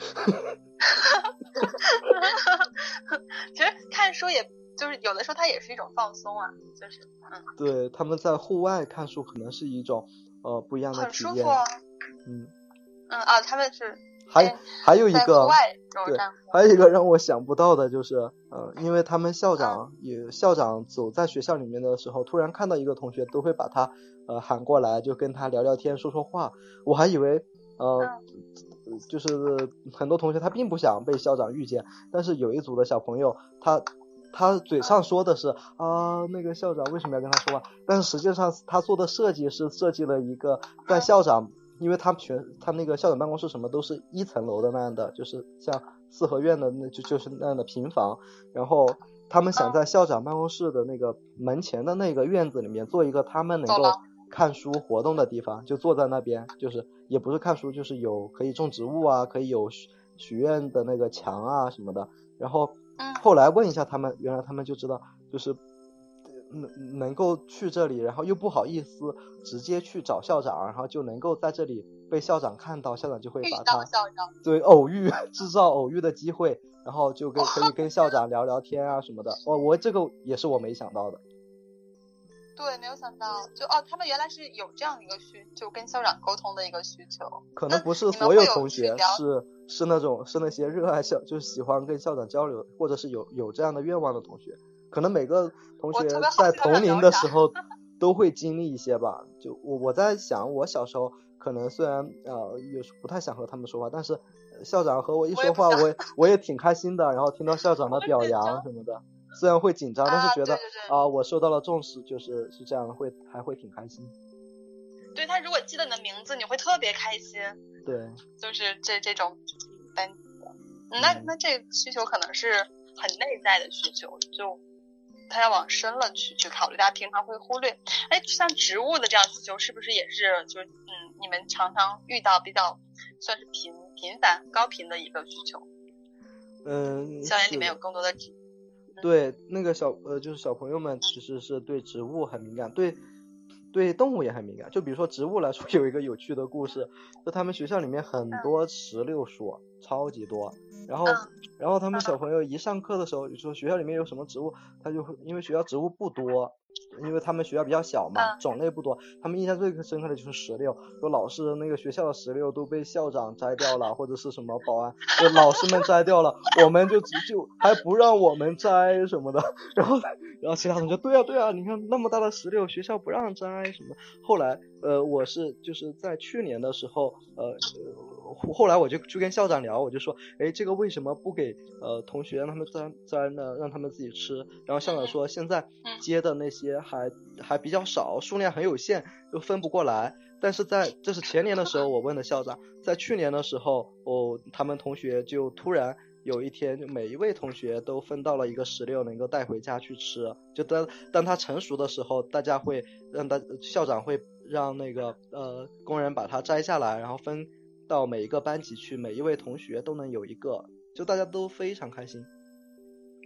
其实看书也就是有的时候它也是一种放松啊，就是对，他们在户外看书可能是一种不一样的体验，很舒服。 他们是还有一个户外对，还有一个让我想不到的就是因为他们校长走在学校里面的时候，突然看到一个同学都会把他喊过来，就跟他聊聊天说说话，我还以为就是很多同学他并不想被校长遇见，但是有一组的小朋友他嘴上说的是那个校长为什么要跟他说话，但是实际上他做的设计了一个在校长，因为他那个校长办公室什么都是1层楼的那样的，就是像四合院的就是那样的平房，然后他们想在校长办公室的那个门前的那个院子里面做一个他们能够看书活动的地方，就坐在那边，就是也不是看书，就是有可以种植物啊，可以有许愿的那个墙啊什么的。然后后来问一下他们，原来他们就知道，就是能够去这里，然后又不好意思直接去找校长，然后就能够在这里被校长看到，校长就会把他对制造偶遇的机会，然后就可以跟校长聊聊天啊什么的。我这个也是我没想到的。 对，没有想到，就他们原来是有这样一个就跟校长沟通的一个需求。 可能不是所有同学是那些热爱就是喜欢跟校长交流，或者是有这样的愿望的同学，可能每个同学在同龄的时候都会经历一些吧。就我在想，我小时候可能虽然有时不太想和他们说话，但是校长和我一说话，我也挺开心的，然后听到校长的表扬什么的。虽然会紧张，但是觉得我受到了重视，是这样的，还会挺开心。 对，他如果记得你的名字，你会特别开心。 对， 就是这种班级的。那这个需求可能是很内在的需求，就他要往深了去考虑，大家平常会忽略。像植物的这样需求，是不是也是就是你们常常遇到比较算是频繁高频的一个需求？校园里面有更多的植物。 对，那个就是小朋友们其实是对植物很敏感，对动物也很敏感。就比如说植物来说，有一个有趣的故事，就他们学校里面很多石榴树，超级多。然后他们小朋友一上课的时候就说学校里面有什么植物，他就会因为学校植物不多，因为他们学校比较小嘛，种类不多，他们印象最深刻的就是石榴，说老师那个学校的石榴都被校长摘掉了，或者是什么保安就老师们摘掉了，我们就还不让我们摘什么的，然后其他同学对啊，你看那么大的石榴学校不让摘什么。后来我就是在去年的时候后来我就去跟校长聊，我就说这个为什么不给同学让他们摘呢，让他们自己吃。然后校长说现在接的那些还比较少，数量很有限，就分不过来。但是这是前年的时候我问的校长，在去年的时候他们同学就突然有一天每一位同学都分到了一个石榴能够带回家去吃，就当它成熟的时候，大家会校长会让那个工人把它摘下来，然后分到每一个班级去，每一位同学都能有一个，就大家都非常开心。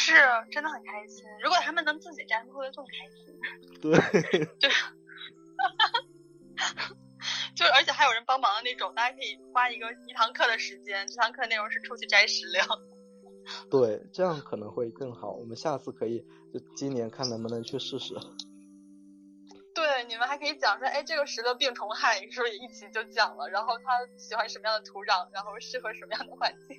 是真的很开心。如果他们能自己摘，会更开心。 对， 就而且还有人帮忙的那种，大家可以花一堂课的时间，这堂课内容是出去摘石榴。 对，这样可能会更好。我们下次可以就今年看能不能去试试。 对，你们还可以讲说，哎，这个石榴病虫害，是不是一起就讲了？然后它喜欢什么样的土壤，然后适合什么样的环境。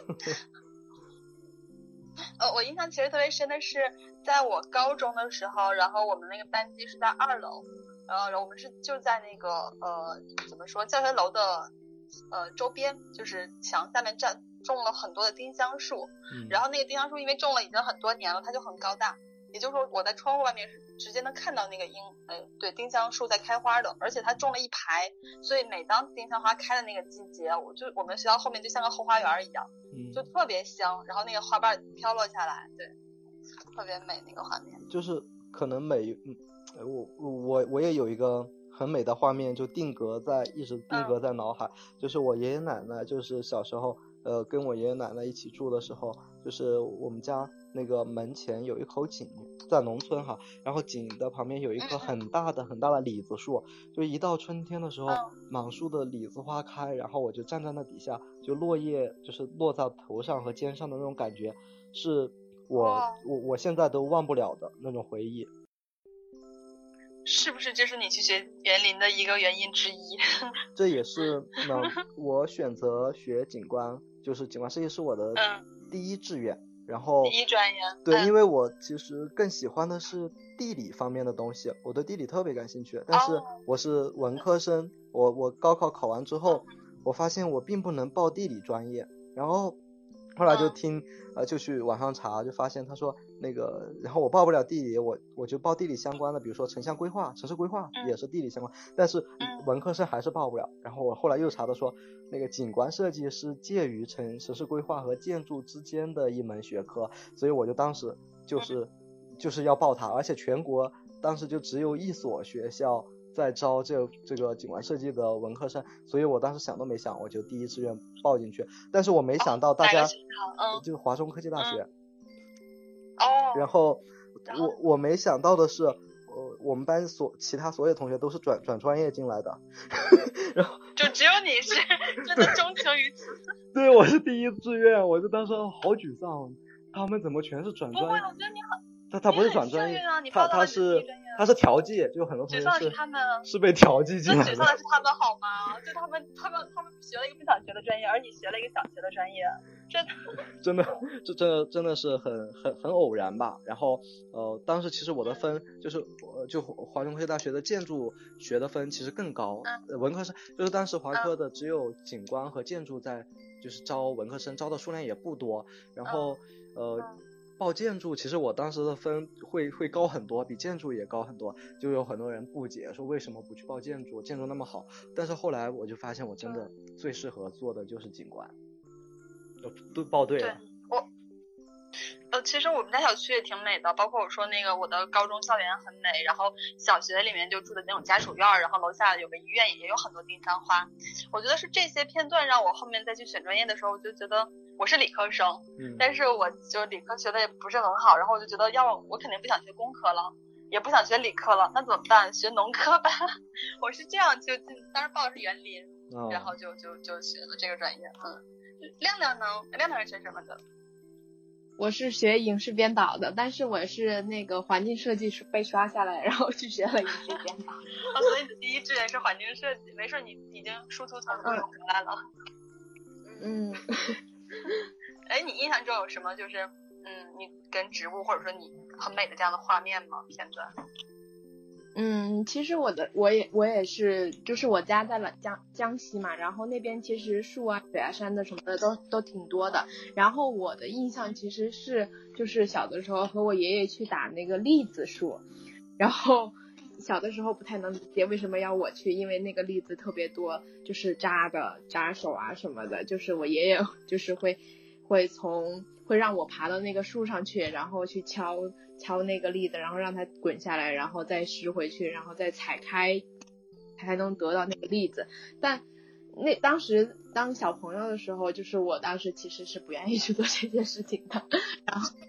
我印象其实特别深的是，在我高中的时候，然后我们那个班级是在2楼，然后我们就在那个怎么说，教学楼的周边，就是墙下面种了很多的丁香树，然后那个丁香树因为种了已经很多年了，它就很高大，也就是说我在窗户外面是直接能看到那个丁香树在开花的，而且它种了一排，所以每当丁香花开的那个季节，我们学校后面就像个后花园一样，就特别香，然后那个花瓣飘落下来，对，特别美那个画面。 就是可能我也有一个很美的画面，就一直定格在脑海，就是我爷爷奶奶，就是小时候跟我爷爷奶奶一起住的时候，就是我们家那个门前有一口井，在农村哈，然后井的旁边有一棵很大的李子树，就一到春天的时候，满树的李子花开，然后我就站在那底下，就落叶就是落在头上和肩上的那种感觉，是我现在都忘不了的那种回忆。 是不是这是你去学园林的一个原因之一？ 这也是我选择学景观，就是景观设计是我的第一志愿，然后第一专业。 对，因为我其实更喜欢的是地理方面的东西，我对地理特别感兴趣，但是我是文科生，我高考考完之后，我发现我并不能报地理专业，然后后来就就去网上查，就发现他说那个，然后我报不了地理，我就报地理相关的，比如说城市规划也是地理相关，但是文科生还是报不了。然后我后来又查到说，那个景观设计是介于城市规划和建筑之间的一门学科，所以我就当时就是要报它，而且全国当时就只有一所学校在招这个景观设计的文科生，所以我当时想都没想，我就第一志愿报进去。但是我没想到大家就是华中科技大学。然后我没想到的是，我们班其他所有同学都是转专业进来的，然后就只有你是真的钟情于此。 对，我是第一志愿，我就当时好沮丧，他们怎么全是转专业？ 不会，我觉得你很他不是转专业，他是调剂，就很多同学是被调剂进来的。 沮丧的是他们好吗？就他们学了一个不想学的专业，而你学了一个想学的专业，真的是很偶然吧。然后当时其实我的分就华中科技大学的建筑学的分其实更高，文科生就是当时华科的只有景观和建筑在就是招文科生，招的数量也不多，然后报建筑其实我当时的分会高很多，比建筑也高很多，就有很多人不解说为什么不去报建筑那么好，但是后来我就发现我真的最适合做的就是景观，都报对了。 其实我们家小区也挺美的，包括我说那个我的高中校园很美，然后小学里面就住的那种家属院，然后楼下有个医院也有很多丁香花。我觉得是这些片段让我后面再去选专业的时候，我就觉得我是理科生，但是我就理科学的也不是很好，然后我就觉得我肯定不想学工科了，也不想学理科了，那怎么办？学农科吧。我是这样就当时报的是园林，然后就学了这个专业。亮亮呢？亮亮是学什么的？ 我是学影视编导的，但是我是那个环境设计被刷下来，然后去学了影视编导。 所以你的第一志愿是环境设计，没事，你已经殊途同归回来了。你印象中有什么就是你跟植物或者说你很美的这样的画面吗？片段？ 其实我也是，就是我家在江西嘛，然后那边其实树啊、水啊、山的什么的都挺多的。然后我的印象其实是，就是小的时候和我爷爷去打那个栗子树，然后小的时候不太能理解为什么要我去，因为那个栗子特别多，就是扎手啊什么的，就是我爷爷就是会让我爬到那个树上去，然后去敲那个栗子，然后让它滚下来，然后再拾回去，然后再采开，才能得到那个栗子。但当时当小朋友的时候，就是我当时其实是不愿意去做这件事情的。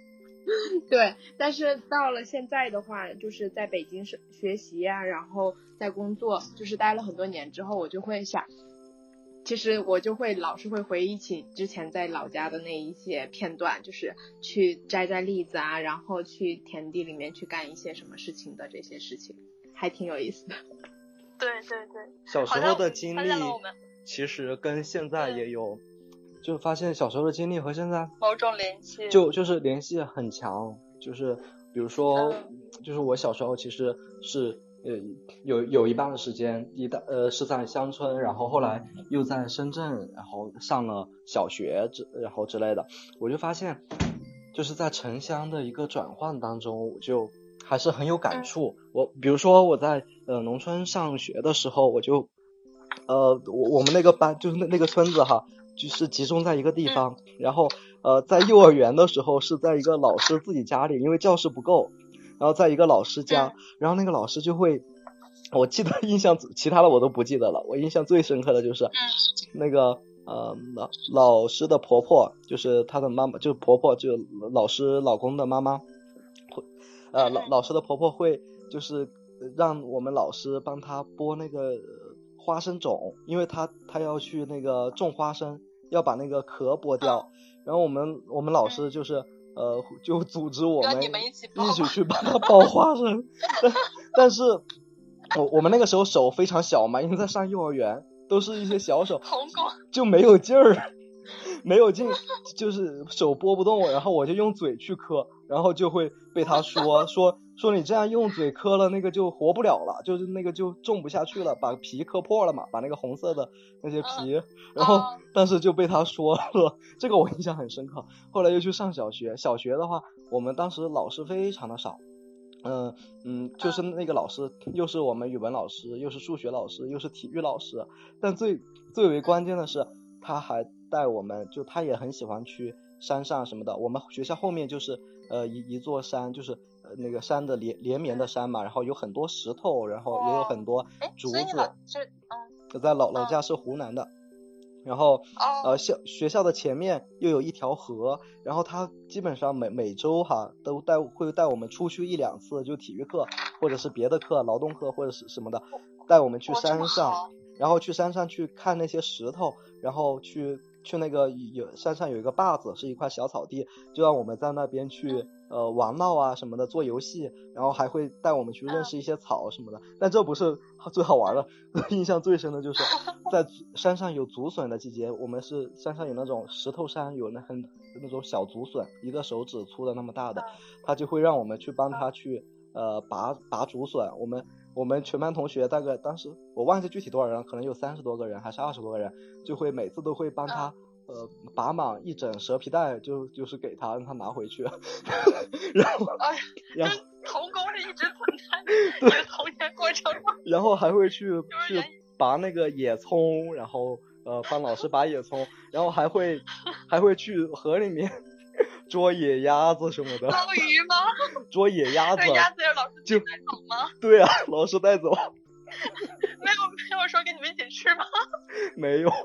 对，但是到了现在的话，就是在北京学习啊，然后在工作，就是待了很多年之后，我就会想，其实我就会老是会回忆起之前在老家的那一些片段，就是去摘栗子啊，然后去田地里面去干一些什么事情的这些事情，还挺有意思的。 对对对， 小时候的经历好像我们其实跟现在也有，就发现小时候的经历和现在某种联系， 就是联系很强。就是比如说，就是我小时候其实是有一半的时间是在乡村，然后后来又在深圳，然后上了小学然后之类的，我就发现就是在城乡的一个转换当中，我就还是很有感触。比如说我在农村上学的时候，我就我们那个班就是那个村子哈，就是集中在一个地方，然后在幼儿园的时候是在一个老师自己家里，因为教室不够，然后在一个老师家，然后那个老师就会，我记得其他的我都不记得了，我印象最深刻的就是那个老师的婆婆，就是她的妈妈，就是婆婆，就老师老公的妈妈，老师的婆婆会就是让我们老师帮她剥那个花生种，因为她要去那个种花生，要把那个壳剥掉，然后我们老师就是就组织我们一起去帮她剥花生，但是我们那个时候手非常小嘛，因为在上幼儿园，都是一些小手，就没有劲儿，没有劲，就是手拨不动，然后我就用嘴去磕，然后就会被他说你这样用嘴磕了，那个就活不了了，就是那个就种不下去了，把皮磕破了嘛，把那个红色的那些皮，然后但是就被他说了，这个我印象很深刻。后来又去上小学的话，我们当时老师非常的少。就是那个老师又是我们语文老师，又是数学老师，又是体育老师，但最为关键的是他还带我们，就他也很喜欢去山上什么的。我们学校后面就是一座山，就是那个山的连绵的山嘛，然后有很多石头，然后也有很多竹子。在老家是湖南的。然后学校的前面又有一条河，然后他基本上每周都会带我们出去1-2次，就体育课或者是别的课，劳动课或者是什么的，带我们去山上，然后去山上去看那些石头，然后去那个山上有一个坝子，是一块小草地，就让我们在那边去玩闹啊什么的，做游戏，然后还会带我们去认识一些草什么的。但这不是最好玩的，印象最深的就是在山上有竹笋的季节，我们是山上有那种石头山，有那种小竹笋，一个手指粗的那么大的，他就会让我们去帮他去拔竹笋。我们全班同学大概当时我忘记具体多少人，可能有30多个人还是20多个人，就会每次都会帮他拔满一整蛇皮袋，就是给他让他拿回去。然后童工是一直存在的童年过程中。 然后还会去拔那个野葱，然后帮老师拔野葱，然后还会去河里面捉野鸭子什么的。 捞鱼吗？ 捉野鸭子。 鸭子是老师自己带走吗？ 对啊，老师带走。 没有说跟你们一起吃吗？ 没有。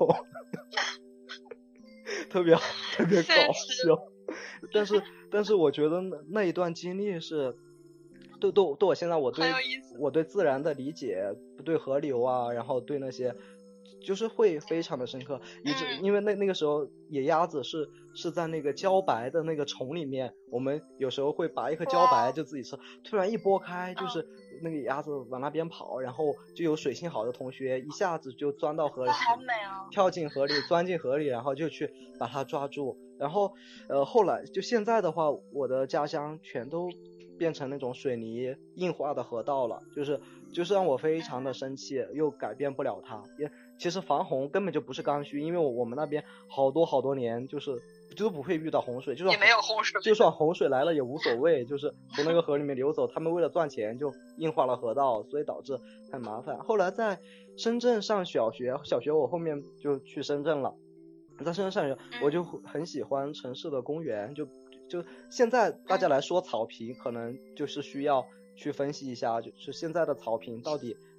特别搞笑。但是我觉得那一段经历是对我现在我对自然的理解，对河流啊，然后对那些就是会非常的深刻，因为那个时候野鸭子是在那个茭白的那个虫里面，我们有时候会拔一颗茭白就自己吃，突然一拨开就是那个野鸭子往那边跑，然后就有水性好的同学一下子就钻到河里， 好美啊！ 跳进河里，钻进河里，然后就去把它抓住。然后后来就现在的话，我的家乡全都变成那种水泥硬化的河道了，就是让我非常的生气，又改变不了它。其实防洪根本就不是刚需，因为我们那边好多年就是不会遇到洪水， 也没有洪水， 就算洪水来了也无所谓，就是从那个河里面流走。他们为了赚钱就硬化了河道，所以导致很麻烦。后来在深圳上小学我后面就去深圳了，在深圳上学我就很喜欢城市的公园，就现在大家来说草坪，可能就是需要去分析一下，就是现在的草坪到底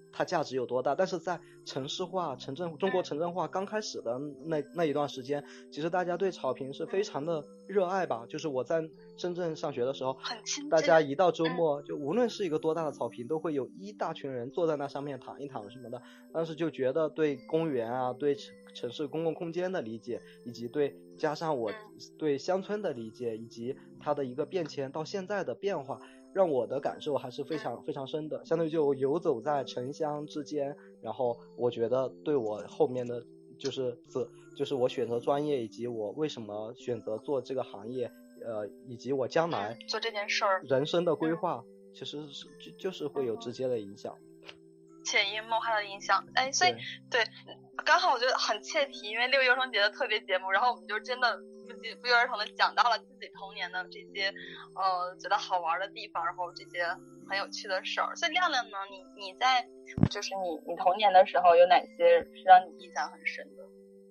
它价值有多大。但是在城市化、中国城镇化刚开始的那一段时间，其实大家对草坪是非常的热爱吧。就是我在深圳上学的时候，大家一到周末，就无论是一个多大的草坪，都会有一大群人坐在那上面躺一躺什么的。当时就觉得对公园啊，对城市公共空间的理解，以及加上我对乡村的理解，以及它的一个变迁到现在的变化，让我的感受还是非常非常深的。相当于就游走在城乡之间，然后我觉得对我后面的就是我选择专业，以及我为什么选择做这个行业，以及我将来做这件事儿人生的规划，其实就是会有直接的影响。 潜移默化的影响，所以对，刚好我觉得很切题，因为6月儿童节的特别节目，然后我们就真的不约而同的讲到了自己童年的这些觉得好玩的地方，然后这些很有趣的事儿。所以亮亮呢，你在就是你童年的时候有哪些是让你印象很深的？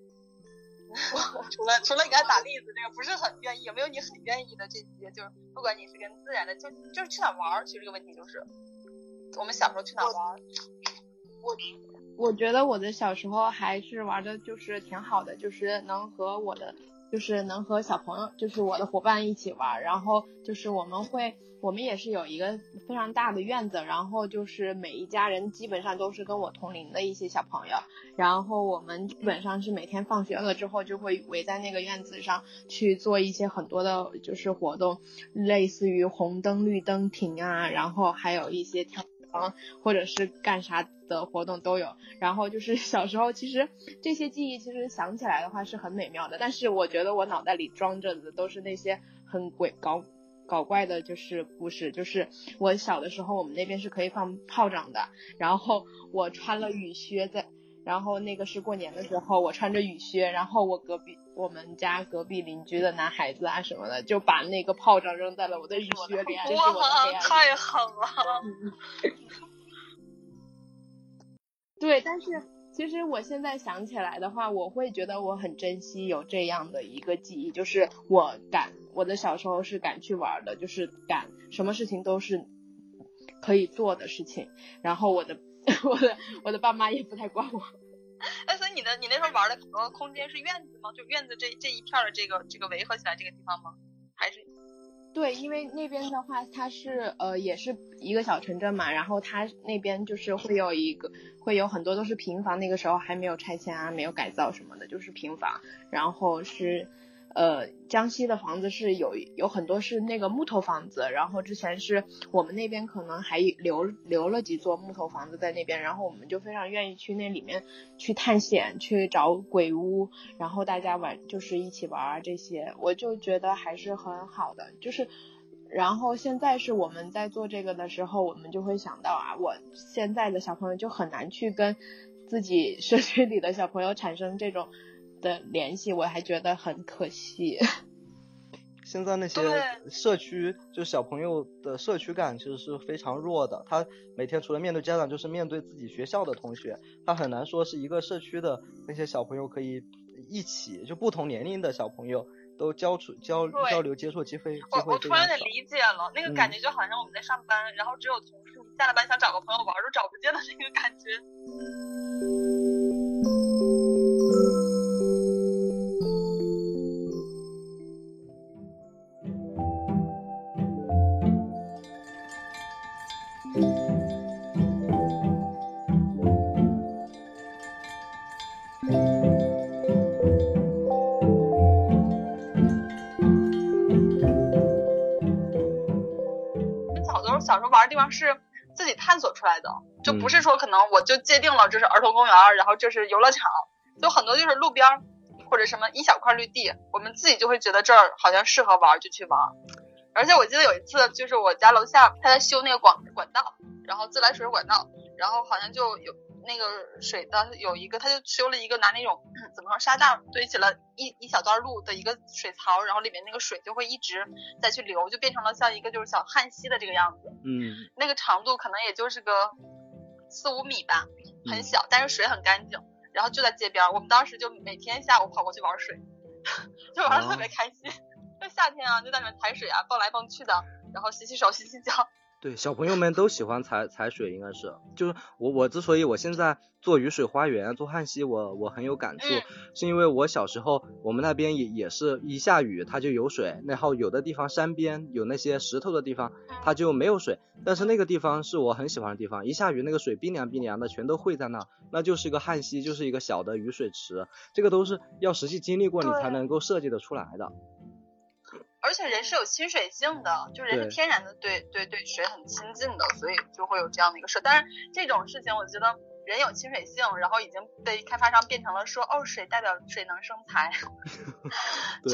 除了你刚才打例子这个不是很愿意，有没有你很愿意的这些？就是不管你是跟自然的，就是去哪玩，其实这个问题就是我们小时候去哪玩。 我觉得我的小时候还是玩的就是挺好的，就是能和小朋友，就是我的伙伴一起玩，然后就是我们也是有一个非常大的院子，然后就是每一家人基本上都是跟我同龄的一些小朋友，然后我们基本上是每天放学了之后就会围在那个院子上去做一些很多的就是活动，类似于红灯绿灯停啊，然后还有一些跳或者是干啥的活动都有。然后就是小时候其实这些记忆其实想起来的话是很美妙的，但是我觉得我脑袋里装着的都是那些很搞怪的就是故事。就是我小的时候我们那边是可以放炮仗的，然后我穿了雨靴然后那个是过年的时候我穿着雨靴，然后我们家隔壁邻居的男孩子啊什么的就把那个炮仗扔在了我的雨靴里，这是我的黑暗。 太狠了。 对，但是其实我现在想起来的话，我会觉得我很珍惜有这样的一个记忆，就是我的小时候是敢去玩的，就是什么事情都是可以做的事情，然后我的爸妈也不太管我。 所以你那时候玩的很多空间是院子吗？就院子这一片的这个围合起来这个地方吗？还是？ 对，因为那边的话它是也是一个小城镇嘛，然后它那边就是会有很多都是平房，那个时候还没有拆迁啊，没有改造什么的，就是平房。然后是江西的房子是有很多是那个木头房子，然后之前是我们那边可能还留了几座木头房子在那边，然后我们就非常愿意去那里面去探险，去找鬼屋，然后大家就是一起玩这些，我就觉得还是很好的。就是然后现在是我们在做这个的时候，我们就会想到啊，我现在的小朋友就很难去跟自己社区里的小朋友产生这种的联系，我还觉得很可惜。 现在那些社区就小朋友的社区感其实是非常弱的，他每天除了面对家长就是面对自己学校的同学，他很难说是一个社区的那些小朋友可以一起，就不同年龄的小朋友都交流接触机会我突然有点理解了，那个感觉就好像我们在上班，然后只有同事下了班想找个朋友玩都找不见的那个感觉。小时候玩的地方是自己探索出来的，就不是说可能我就界定了这是儿童公园，然后这是游乐场，就很多就是路边或者什么一小块绿地，我们自己就会觉得这儿好像适合玩就去玩。而且我记得有一次就是我家楼下他在修那个管道，然后自来水管道，然后好像就有那个水的有一个，他就修了一个拿那种怎么说沙袋堆起了一小段路的一个水槽，然后里面那个水就会一直再去流，就变成了像一个就是小旱溪的这个样子。那个长度可能也就是个4-5米吧，很小，但是水很干净，然后就在街边，我们当时就每天下午跑过去玩水就玩得特别开心。就夏天啊就在那边踩水啊，蹦来蹦去的，然后洗洗手洗洗脚， 对，小朋友们都喜欢踩水，应该是，就是我之所以我现在做雨水花园做旱溪，我很有感触，是因为我小时候我们那边也是一下雨它就有水，然后有的地方山边有那些石头的地方它就没有水，但是那个地方是我很喜欢的地方，一下雨那个水冰凉冰凉的全都汇在那就是一个旱溪，就是一个小的雨水池，这个都是要实际经历过你才能够设计得出来的。 而且人是有亲水性的，就人是天然的对水很亲近的，所以就会有这样的一个事。但是这种事情我觉得人有亲水性，然后已经被开发商变成了说水代表水能生财就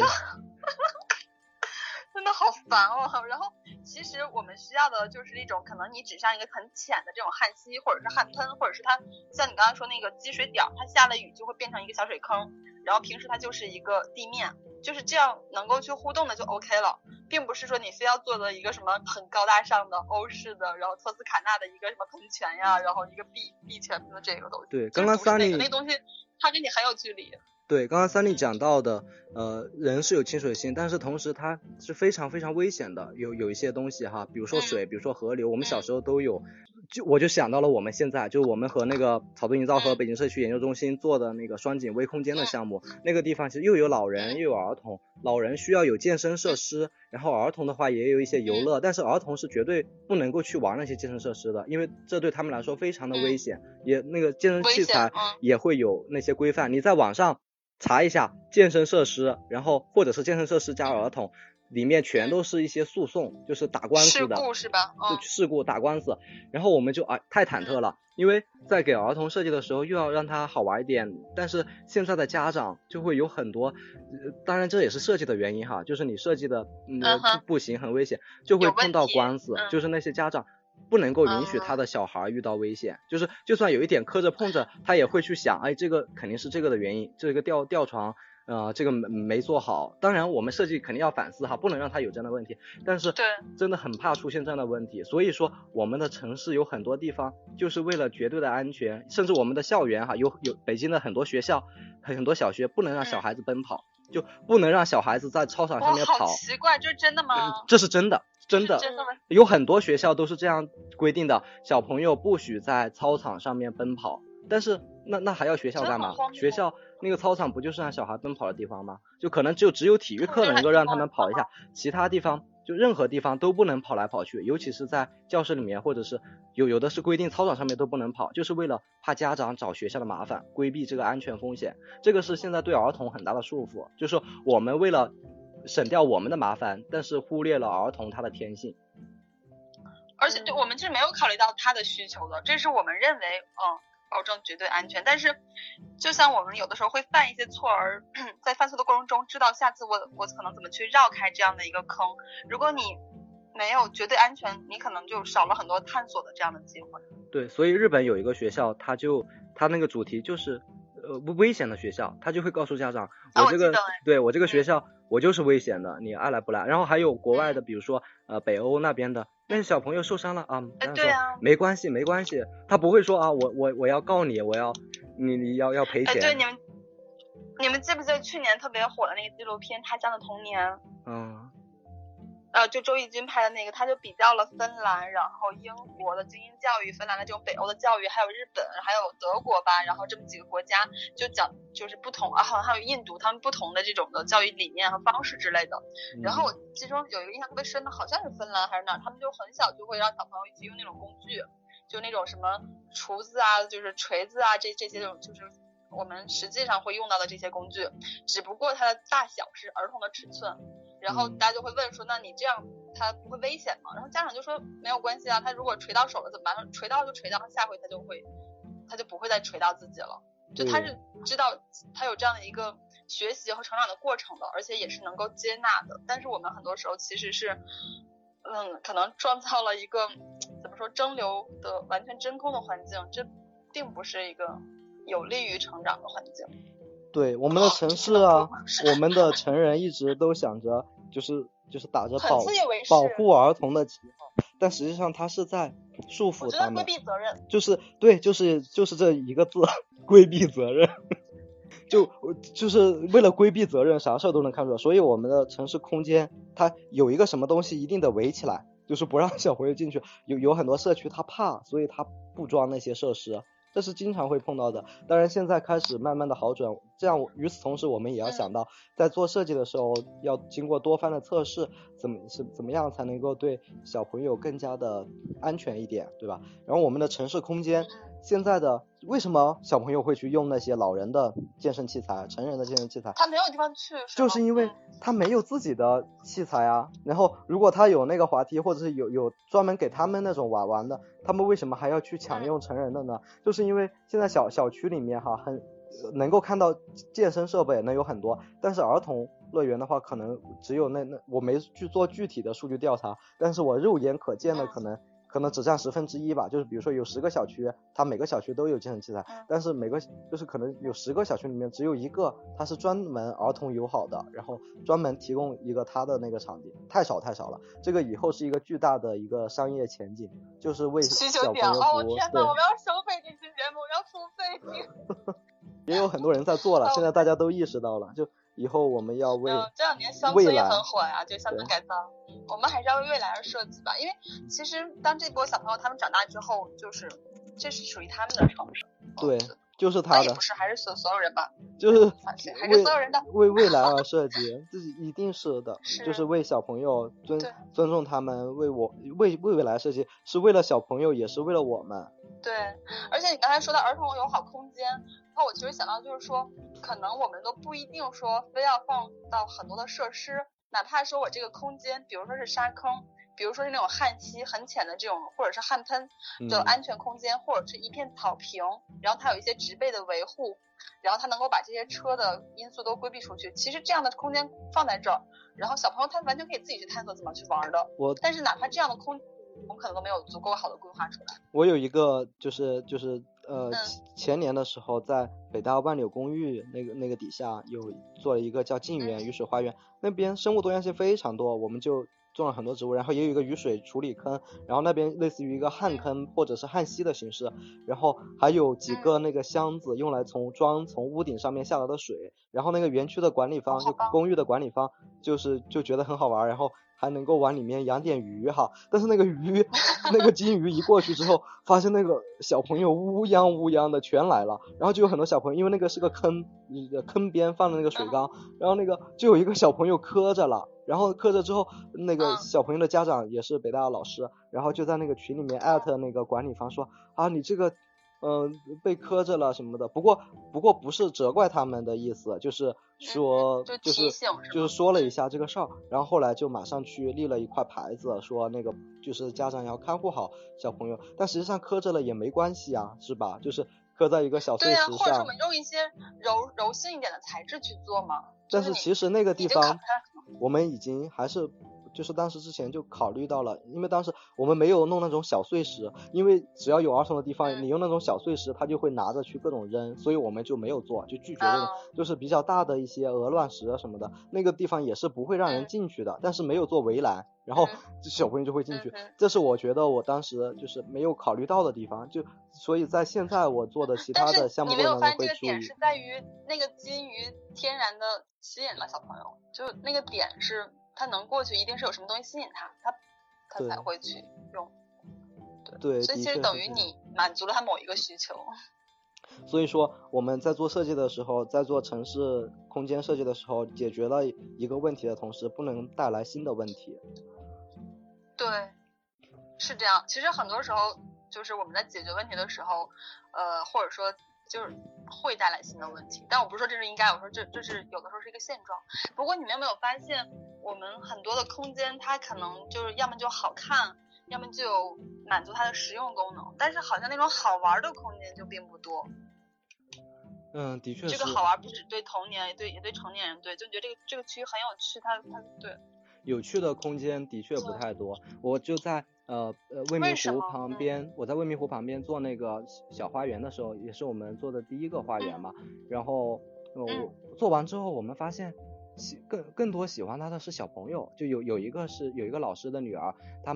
真的好烦哦。然后其实我们需要的就是一种可能你只上一个很浅的这种旱溪或者是旱喷，或者是它像你刚刚说那个积水点，它下了雨就会变成一个小水坑，然后平时它就是一个地面，就是这样能够去互动的就 OK 了，并不是说你非要做的一个什么很高大上的欧式的，然后托斯卡纳的一个什么喷泉呀，然后一个碧泉的这个东西。 对，刚刚Sunny 那东西它跟你很有距离。 对，刚刚Sunny讲到的，人是有亲水性，但是同时它是非常非常危险的，有一些东西哈，比如说水，比如说河流，我们小时候都有，我就想到了我们现在，就我们和那个草都营造和北京社区研究中心做的那个双井微空间的项目，那个地方其实又有老人又有儿童，老人需要有健身设施，然后儿童的话也有一些游乐，但是儿童是绝对不能够去玩那些健身设施的，因为这对他们来说非常的危险，也那个健身器材也会有那些规范，你在网上查一下健身设施，然后或者是健身设施加儿童，里面全都是一些诉讼，就是打官司的事故是吧？ 事故打官司，然后我们就太忐忑了，因为在给儿童设计的时候又要让他好玩一点，但是现在的家长就会有很多，当然这也是设计的原因哈，就是你设计的不行很危险，就会碰到官司，就是那些家长不能够允许他的小孩遇到危险，就是就算有一点磕着碰着，他也会去想，这个肯定是这个的原因，这个吊床这个没做好，当然我们设计肯定要反思哈，不能让他有这样的问题，但是真的很怕出现这样的问题，所以说我们的城市有很多地方就是为了绝对的安全，甚至我们的校园哈，有北京的很多学校很多小学不能让小孩子奔跑，就不能让小孩子在操场上面跑。 好奇怪，这是真的吗？ 这是真的有很多学校都是这样规定的，小朋友不许在操场上面奔跑，但是那还要学校干嘛？学校那个操场不就是让小孩奔跑的地方吗？就可能只有体育课能够让他们跑一下，其他地方就任何地方都不能跑来跑去，尤其是在教室里面，或者是有的是规定操场上面都不能跑，就是为了怕家长找学校的麻烦，规避这个安全风险，这个是现在对儿童很大的束缚，就是我们为了省掉我们的麻烦，但是忽略了儿童他的天性。 而且我们是没有考虑到他的需求的，这是我们认为保证绝对安全，但是就像我们有的时候会犯一些错，而在犯错的过程中知道下次我可能怎么去绕开这样的一个坑，如果你没有绝对安全，你可能就少了很多探索的这样的机会。 对，所以日本有一个学校，他那个主题就是危险的学校，他就会告诉家长，我这个学校我就是危险的，你爱来不来。然后还有国外的，比如说北欧那边的，那小朋友受伤了啊， 对啊， 没关系，他不会说我要告你，你要赔钱。 对，你们记不记得去年特别火的那个纪录片《他乡的童年》？就周轶君拍的那个，他就比较了芬兰，然后英国的精英教育，芬兰的这种北欧的教育，还有日本，还有德国吧，然后这么几个国家就讲就是不同好像还有印度，他们不同的这种的教育理念和方式之类的。然后我其中有一个印象特别深的，好像是芬兰还是哪儿，他们就很小就会让小朋友一起用那种工具，就那种什么厨子啊，就是锤子啊，这些种就是我们实际上会用到的这些工具，只不过它的大小是儿童的尺寸。然后大家就会问说，那你这样他不会危险吗？然后家长就说没有关系啊，他如果锤到手了怎么办？锤到就锤到，下回他就不会再锤到自己了。就他是知道他有这样的一个学习和成长的过程的，而且也是能够接纳的。但是我们很多时候其实是可能创造了一个怎么说蒸馏的完全真空的环境，这并不是一个有利于成长的环境。 对，我们的城市啊，我们的成人一直都想着就是打着保护儿童的旗号，但实际上他是在束缚他们， 规避责任， 就是这一个字，规避责任，就是为了规避责任，啥事都能看出来。所以我们的城市空间，它有一个什么东西一定得围起来， 就是不让小朋友进去。有很多社区他怕，所以他不装那些设施，这是经常会碰到的。当然现在开始慢慢的好转，这样与此同时我们也要想到，在做设计的时候要经过多番的测试，怎么样才能够对小朋友更加的安全一点，对吧？然后我们的城市空间现在的为什么小朋友会去用那些老人的健身器材、成人的健身器材？ 他没有地方去， 就是因为他没有自己的器材啊。然后如果他有那个滑梯，或者是有专门给他们那种玩的，他们为什么还要去抢用成人的呢？就是因为现在小区里面能够看到健身设备能有很多，但是儿童乐园的话可能只有我没去做具体的数据调查，但是我肉眼可见的可能只占1/10吧。就是比如说有10个小区，它每个小区都有健身器材，但是就是可能有10个小区里面只有1个它是专门儿童友好的，然后专门提供一个它的那个场地，太少了。这个以后是一个巨大的一个商业前景，就是为小朋友服务。 天哪，我们要收费这期节目，我要付费听。 也有很多人在做了，现在大家都意识到了，就以后我们要为这两年乡村也很火呀，就乡村改造。我们还是要为未来而设计吧，因为其实当这波小朋友他们长大之后，就是这是属于他们的城市。 对，就是他的。 也不是，还是所有人吧。 就是还是所有人的。 为未来而设计，这一定是的。 是就是为小朋友尊重他们，为未来设计，是为了小朋友，也是为了我们。 对，而且你刚才说到儿童友好空间，然后我其实想到就是说，可能我们都不一定说非要放到很多的设施，哪怕说我这个空间，比如说是沙坑，比如说是那种焊锡很浅的这种，或者是焊喷的安全空间，或者是一片草坪，然后它有一些植被的维护，然后它能够把这些车的因素都规避出去。其实这样的空间放在这儿，然后小朋友他完全可以自己去探索怎么去玩的。但是哪怕这样的空间，我们可能都没有足够好的规划出来。 我有一个前年的时候，在北大万柳公寓那个底下有做了一个叫静园雨水花园，那边生物多样性非常多，我们就种了很多植物，然后也有一个雨水处理坑，然后那边类似于一个焊坑或者是焊锡的形式，然后还有几个那个箱子用来从屋顶上面下来的水，然后那个园区的管理方就公寓的管理方就觉得很好玩，然后还能够往里面养点鱼哈。但是那个金鱼一过去之后，发现那个小朋友乌泱的全来了，然后就有很多小朋友，因为那个是个坑边放的那个水缸，然后那个就有一个小朋友磕着了，然后磕着之后，那个小朋友的家长也是北大的老师，然后就在那个群里面艾特那个管理方说啊，你这个被磕着了什么的。不过不是责怪他们的意思，就是说就是说了一下这个事儿，然后后来就马上去立了一块牌子，说那个就是家长要看护好小朋友，但实际上磕着了也没关系啊，是吧？就是磕在一个小碎石上。 对啊，或者是我们用一些柔性一点的材质去做嘛。 但是其实那个地方我们已经还是就是当时之前就考虑到了，因为当时我们没有弄那种小碎石，因为只要有儿童的地方，你用那种小碎石他就会拿着去各种扔，所以我们就没有做，就拒绝这种就是比较大的一些鹅卵石什么的，那个地方也是不会让人进去的，但是没有做围栏，然后小朋友就会进去，这是我觉得我当时就是没有考虑到的地方，就所以在现在我做的其他的项目过程中会注意。 但是你没有发现这个点是在于那个金鱼天然的吸引了小朋友，就那个点是他能过去，一定是有什么东西吸引他才会去用。 对， 所以其实等于你满足了他某一个需求。 所以说我们在做设计的时候，在做城市空间设计的时候，解决了一个问题的同时，不能带来新的问题。 对，是这样。其实很多时候就是我们在解决问题的时候，或者说就是会带来新的问题，但我不是说这是应该，我说这是有的时候是一个现状。不过你们有没有发现，我们很多的空间它可能就是要么就好看，要么就满足它的实用功能，但是好像那种好玩的空间就并不多。 的确是。 这个好玩不只对童年，也对成年人，对，就觉得这个区域很有趣，它对。 有趣的空间的确不太多，我就在未名湖旁边，我在未名湖旁边做那个小花园的时候，也是我们做的第一个花园嘛。然后我做完之后，我们发现更多喜欢它的是小朋友，就有一个老师的女儿，他们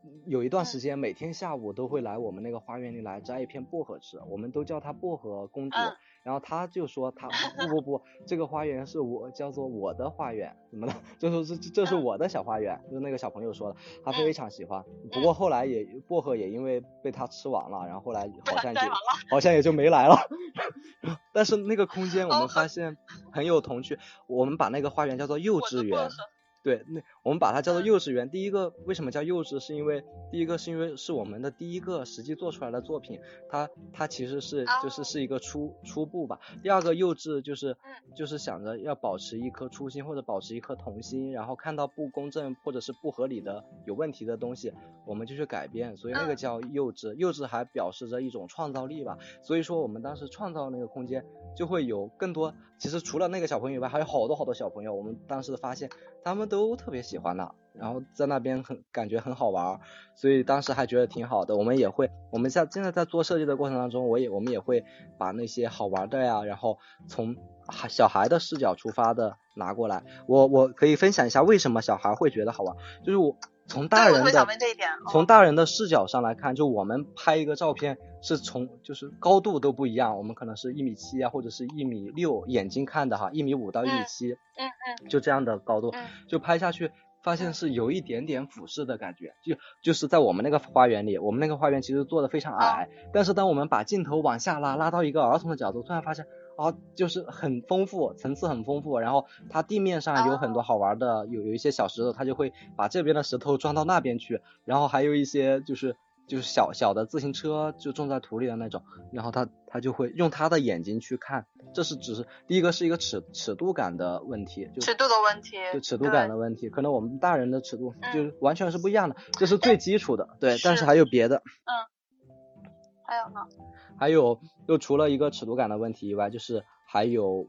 有一段时间每天下午都会来我们那个花园里来摘一片薄荷吃，我们都叫她薄荷公主。然后她就说她不，这个花园是我叫做我的花园什么的，就说这是我的小花园，就是那个小朋友说的，他非常喜欢。不过后来薄荷也因为被他吃完了，然后后来好像也就没来了。但是那个空间我们发现很有童趣，我们把那个花园叫做幼稚园。对，我们把它叫做幼稚园。第一个为什么叫幼稚，是因为是我们的第一个实际做出来的作品，它其实是是一个初步吧。第二个幼稚就是想着要保持一颗初心或者保持一颗童心，然后看到不公正或者是不合理的有问题的东西，我们就去改变，所以那个叫幼稚。幼稚还表示着一种创造力吧。所以说我们当时创造那个空间就会有更多，其实除了那个小朋友以外还有好多小朋友，我们当时发现他们都特别喜欢的，然后在那边感觉很好玩，所以当时还觉得挺好的。我们现在在做设计的过程当中，我们也会把那些好玩的呀，然后从小孩的视角出发的拿过来。我可以分享一下为什么小孩会觉得好玩，就是我从大人的视角上来看，就我们拍一个照片是就是高度都不一样，我们可能是1.7米啊，或者是1.6米，眼睛看的哈，1.5米到1.7米，就这样的高度，就拍下去发现是有一点点俯视的感觉，就是在我们那个花园里，我们那个花园其实做的非常矮，但是当我们把镜头往下拉到一个儿童的角度，突然发现就是很丰富，层次很丰富，然后它地面上有很多好玩的，有一些小石头，它就会把这边的石头装到那边去，然后还有一些就是小的自行车就种在土里的那种，然后他就会用他的眼睛去看，这是只是第一个是一个尺度感的问题， 尺度的问题， 就尺度感的问题，可能我们大人的尺度就完全是不一样的，这是最基础的，对，但是还有别的， 还有呢？ 还有就除了一个尺度感的问题以外，就是还有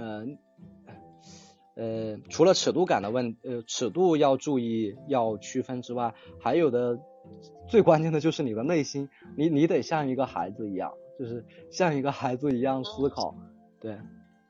除了尺度感的尺度要注意要区分之外，还有的最关键的就是你的内心，你得像一个孩子一样，就是像一个孩子一样思考，对，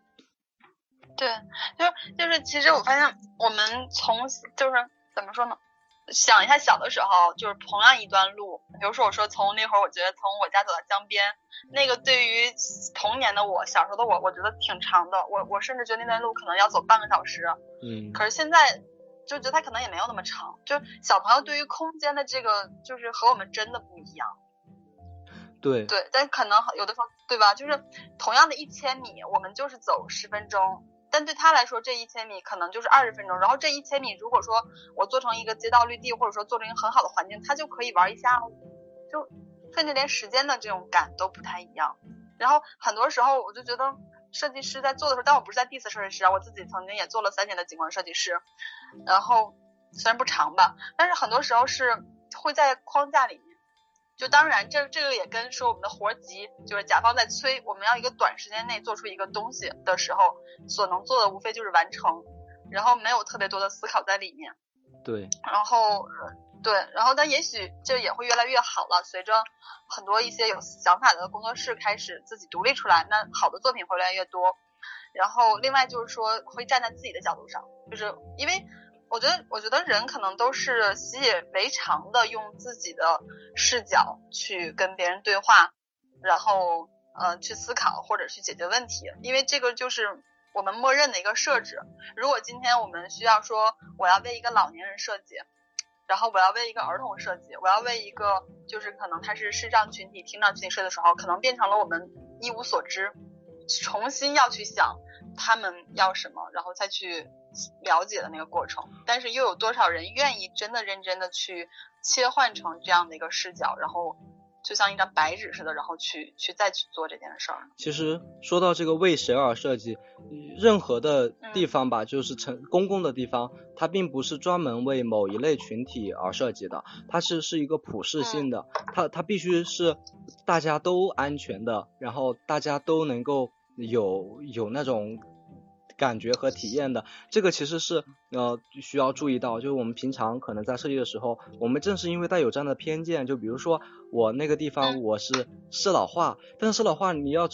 就是其实我发现我们就是怎么说呢？想一下小的时候，就是同样一段路，比如说我说从那会儿，我觉得从我家走到江边，那个对于童年的我，小时候的我觉得挺长的，我甚至觉得那段路可能要走半个小时，可是现在就觉得它可能也没有那么长，就小朋友对于空间的这个就是和我们真的不一样， 对， 但可能有的时候对吧，就是同样的1000米，我们就是走10分钟。但对他来说，这1000米可能就是20分钟。然后这1000米，如果说我做成一个街道绿地，或者说做成一个很好的环境，他就可以玩一下午，就甚至连时间的这种感都不太一样。然后很多时候我就觉得设计师在做的时候，但我不是在 diss 设计师啊，我自己曾经也做了3年的景观设计师，然后虽然不长吧，但是很多时候是会在框架里面。就当然这个也跟说我们的活急，就是甲方在催我们要一个短时间内做出一个东西的时候，所能做的无非就是完成，然后没有特别多的思考在里面。 对， 然后但也许这也会越来越好了，随着很多一些有想法的工作室开始自己独立出来，那好的作品会越来越多。然后另外就是说会站在自己的角度上，就是因为我觉得人可能都是习以为常的用自己的视角去跟别人对话，然后去思考或者去解决问题，因为这个就是我们默认的一个设置。如果今天我们需要说我要为一个老年人设计，然后我要为一个儿童设计，我要为一个就是可能他是视障群体听障群体设计的时候，可能变成了我们一无所知，重新要去想他们要什么，然后再去了解的那个过程。但是又有多少人愿意真的认真的去切换成这样的一个视角，然后就像一张白纸似的，然后再去做这件事儿。 其实说到这个为谁而设计，任何的地方吧，就是公共的地方，它并不是专门为某一类群体而设计的，它是一个普适性的，它必须是大家都安全的，然后大家都能够有那种感觉和体验的，这个其实是需要注意到，就是我们平常可能在设计的时候，我们正是因为带有这样的偏见，就比如说我那个地方我是老化，但是老化你要知道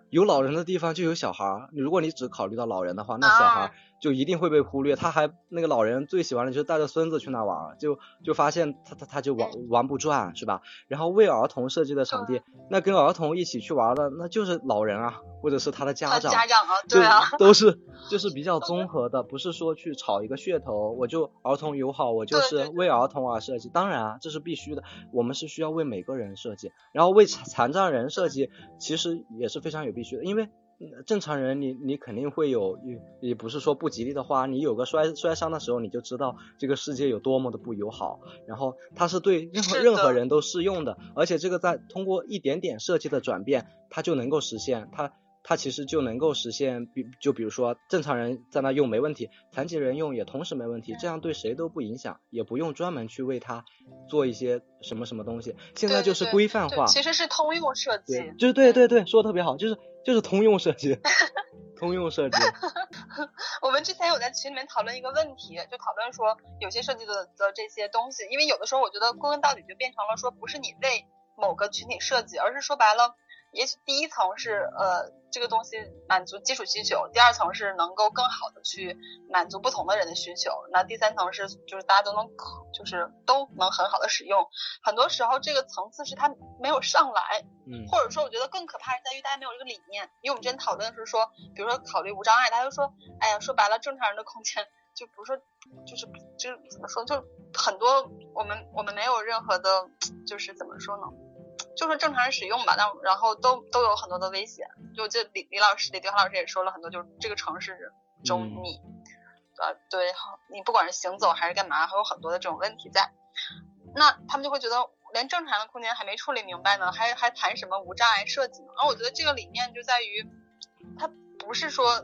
有老人的地方就有小孩，如果你只考虑到老人的话，那小孩就一定会被忽略。他还那个老人最喜欢的就是带着孙子去那玩，就发现他就玩不转，是吧？然后为儿童设计的场地，那跟儿童一起去玩的那就是老人啊，或者是他的家长啊，对啊， 都是就是比较综合的，不是说去炒一个噱头，我就儿童友好，我就是为儿童而设计。当然啊，这是必须的，我们是需要为每个人设计，然后为残障人设计，其实也是非常有必须的，因为正常人你肯定会有，也不是说不吉利的话，你有个摔伤的时候，你就知道这个世界有多么的不友好，然后它是对任何人都适用的，而且这个在通过一点点设计的转变，它就能够实现，它其实就能够实现，就比如说正常人在那用没问题，残疾人用也同时没问题，这样对谁都不影响，也不用专门去为他做一些什么东西。现在就是规范化， 其实是通用设计。 就是对，说的特别好，就是通用设计。通用设计。 我们之前有在群里面讨论一个问题，就讨论说有些设计的这些东西，因为有的时候我觉得归根到底就变成了说不是你为某个群体设计，而是说白了也许第一层是这个东西满足基础需求，第二层是能够更好的去满足不同的人的需求，那第三层是就是大家都能很好的使用。很多时候这个层次是它没有上来，或者说我觉得更可怕是在于大家没有这个理念。因为我们之前讨论的是说，比如说考虑无障碍，大家就说哎呀，说白了正常人的空间就比如说就是怎么说，就很多我们没有任何的就是怎么说呢，就是正常人使用吧，然后都有很多的危险。就这李德华老师也说了很多，就是这个城市中你对你不管是行走还是干嘛，还有很多的这种问题在。那他们就会觉得连正常的空间还没处理明白呢，还谈什么无障碍设计呢？而我觉得这个理念就在于它不是说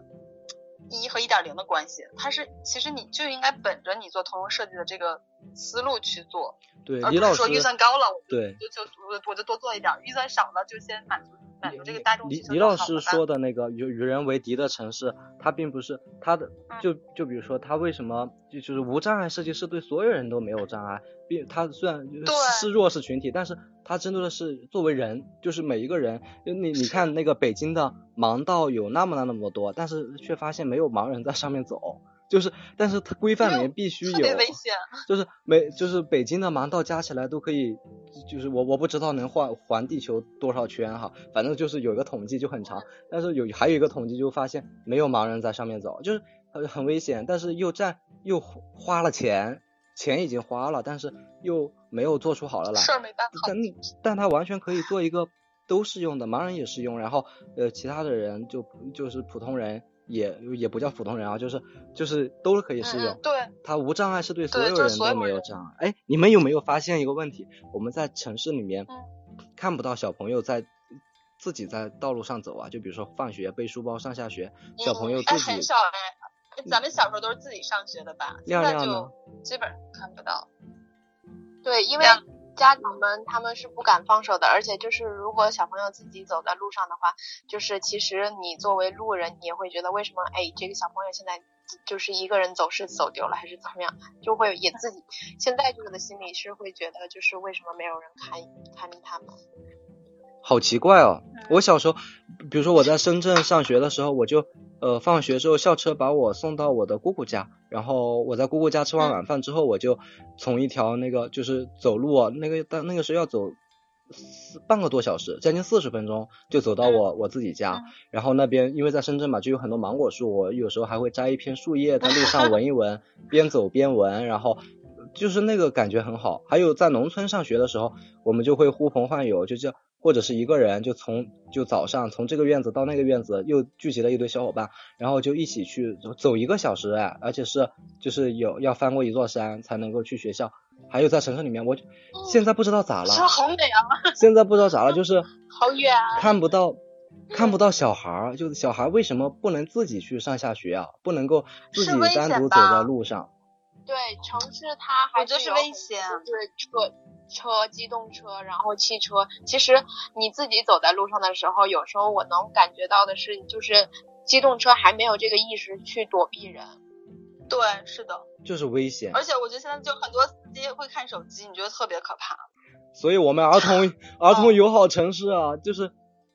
1和 1.0 的关系，它是其实你就应该本着你做通用设计的这个思路去做。 对， 而不是说预算高了我就多做一点，预算少了就先满足这个大众需求。 李老师说的那个与人为敌的城市，它并不是它的就比如说它为什么就是无障碍设计是对所有人都没有障碍，它虽然是弱势群体，但是它针对的是作为人，就是每一个人。你看那个北京的盲道有那么多，但是却发现没有盲人在上面走。但是它规范里面必须有，特别危险。 就是北京的盲道加起来都可以，就是我不知道能环地球多少圈哈，反正就是有一个统计就很长，但是还有一个统计就发现没有盲人在上面走，就是很危险，但是又花了钱已经花了，但是又没有做出好的来， 事儿没办法。 但它完全可以做一个都适用的，盲人也适用，然后其他的人就是普通人。也不叫普通人啊，就是都可以适用。 对， 它无障碍是对所有人都没有障碍。你们有没有发现一个问题？我们在城市里面看不到小朋友自己在道路上走啊，就比如说放学背书包上下学，小朋友自己很少咱们小时候都是自己上学的吧？现在就基本上看不到。 对，因为家长们他们是不敢放手的，而且就是如果小朋友自己走在路上的话，就是其实你作为路人你也会觉得为什么这个小朋友现在就是一个人走，是走丢了还是怎么样，就会也自己现在这个的心理是会觉得就是为什么没有人看明他们。 好奇怪哦，我小时候比如说我在深圳上学的时候，我就放学之后校车把我送到我的姑姑家，然后我在姑姑家吃完晚饭之后，我就从一条那个就是走路那个时候要走半个多小时，将近40分钟就走到我自己家，然后那边因为在深圳嘛，就有很多芒果树，我有时候还会摘一片树叶在路上闻一闻，边走边闻，然后就是那个感觉很好。还有在农村上学的时候，我们就会呼朋唤友，或者是一个人就早上从这个院子到那个院子又聚集了一堆小伙伴，然后就一起去走1个小时而且就是要翻过一座山才能够去学校。还有在城市里面，我现在不知道咋了， 好美啊！ 现在不知道咋了，就是好远啊， 看不到小孩，就是小孩为什么不能自己去上下学啊？不能够自己单独走在路上？ 对，城市它还是危险， 就是机动车，然后汽车。其实你自己走在路上的时候，有时候我能感觉到的是，就是机动车还没有这个意识去躲避人。 对，是的， 就是危险。 而且我觉得现在就很多司机会看手机，你觉得特别可怕。 所以我们儿童友好城市啊，就是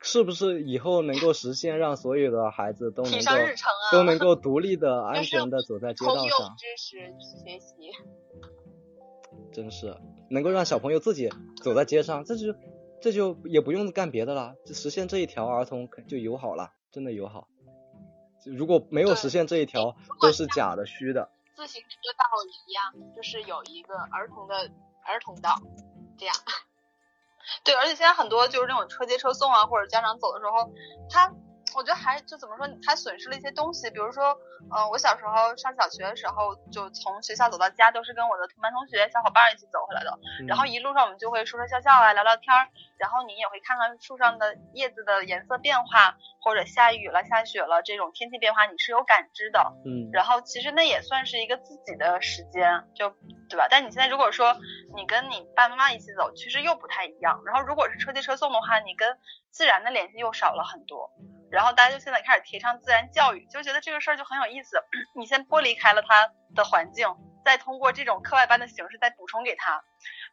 是不是以后能够实现让所有的孩子都能提上日程啊， 都能够独立的、安全的走在街道通用上？ 知识学习。 真是能够让小朋友自己走在街上，这就也不用干别的了，就实现这一条，儿童就友好了，真的友好。如果没有实现这一条，都是假的、虚的。 自行车道一样，就是有一个儿童道，这样。 对，而且现在很多就是那种车接车送啊，或者家长走的时候，我觉得还就怎么说，他损失了一些东西，比如说，我小时候上小学的时候，就从学校走到家都是跟我的同班同学、小伙伴一起走回来的，然后一路上我们就会说说笑笑啊，聊聊天，然后你也会看看树上的叶子的颜色变化，或者下雨了、下雪了这种天气变化，你是有感知的。然后其实那也算是一个自己的时间，就对吧？但你现在如果说你跟你爸爸妈妈一起走，其实又不太一样。然后如果是车接车送的话，你跟自然的联系又少了很多。然后大家就现在开始提倡自然教育，就觉得这个事儿就很有意思。你先剥离开了它的环境，再通过这种课外班的形式再补充给他。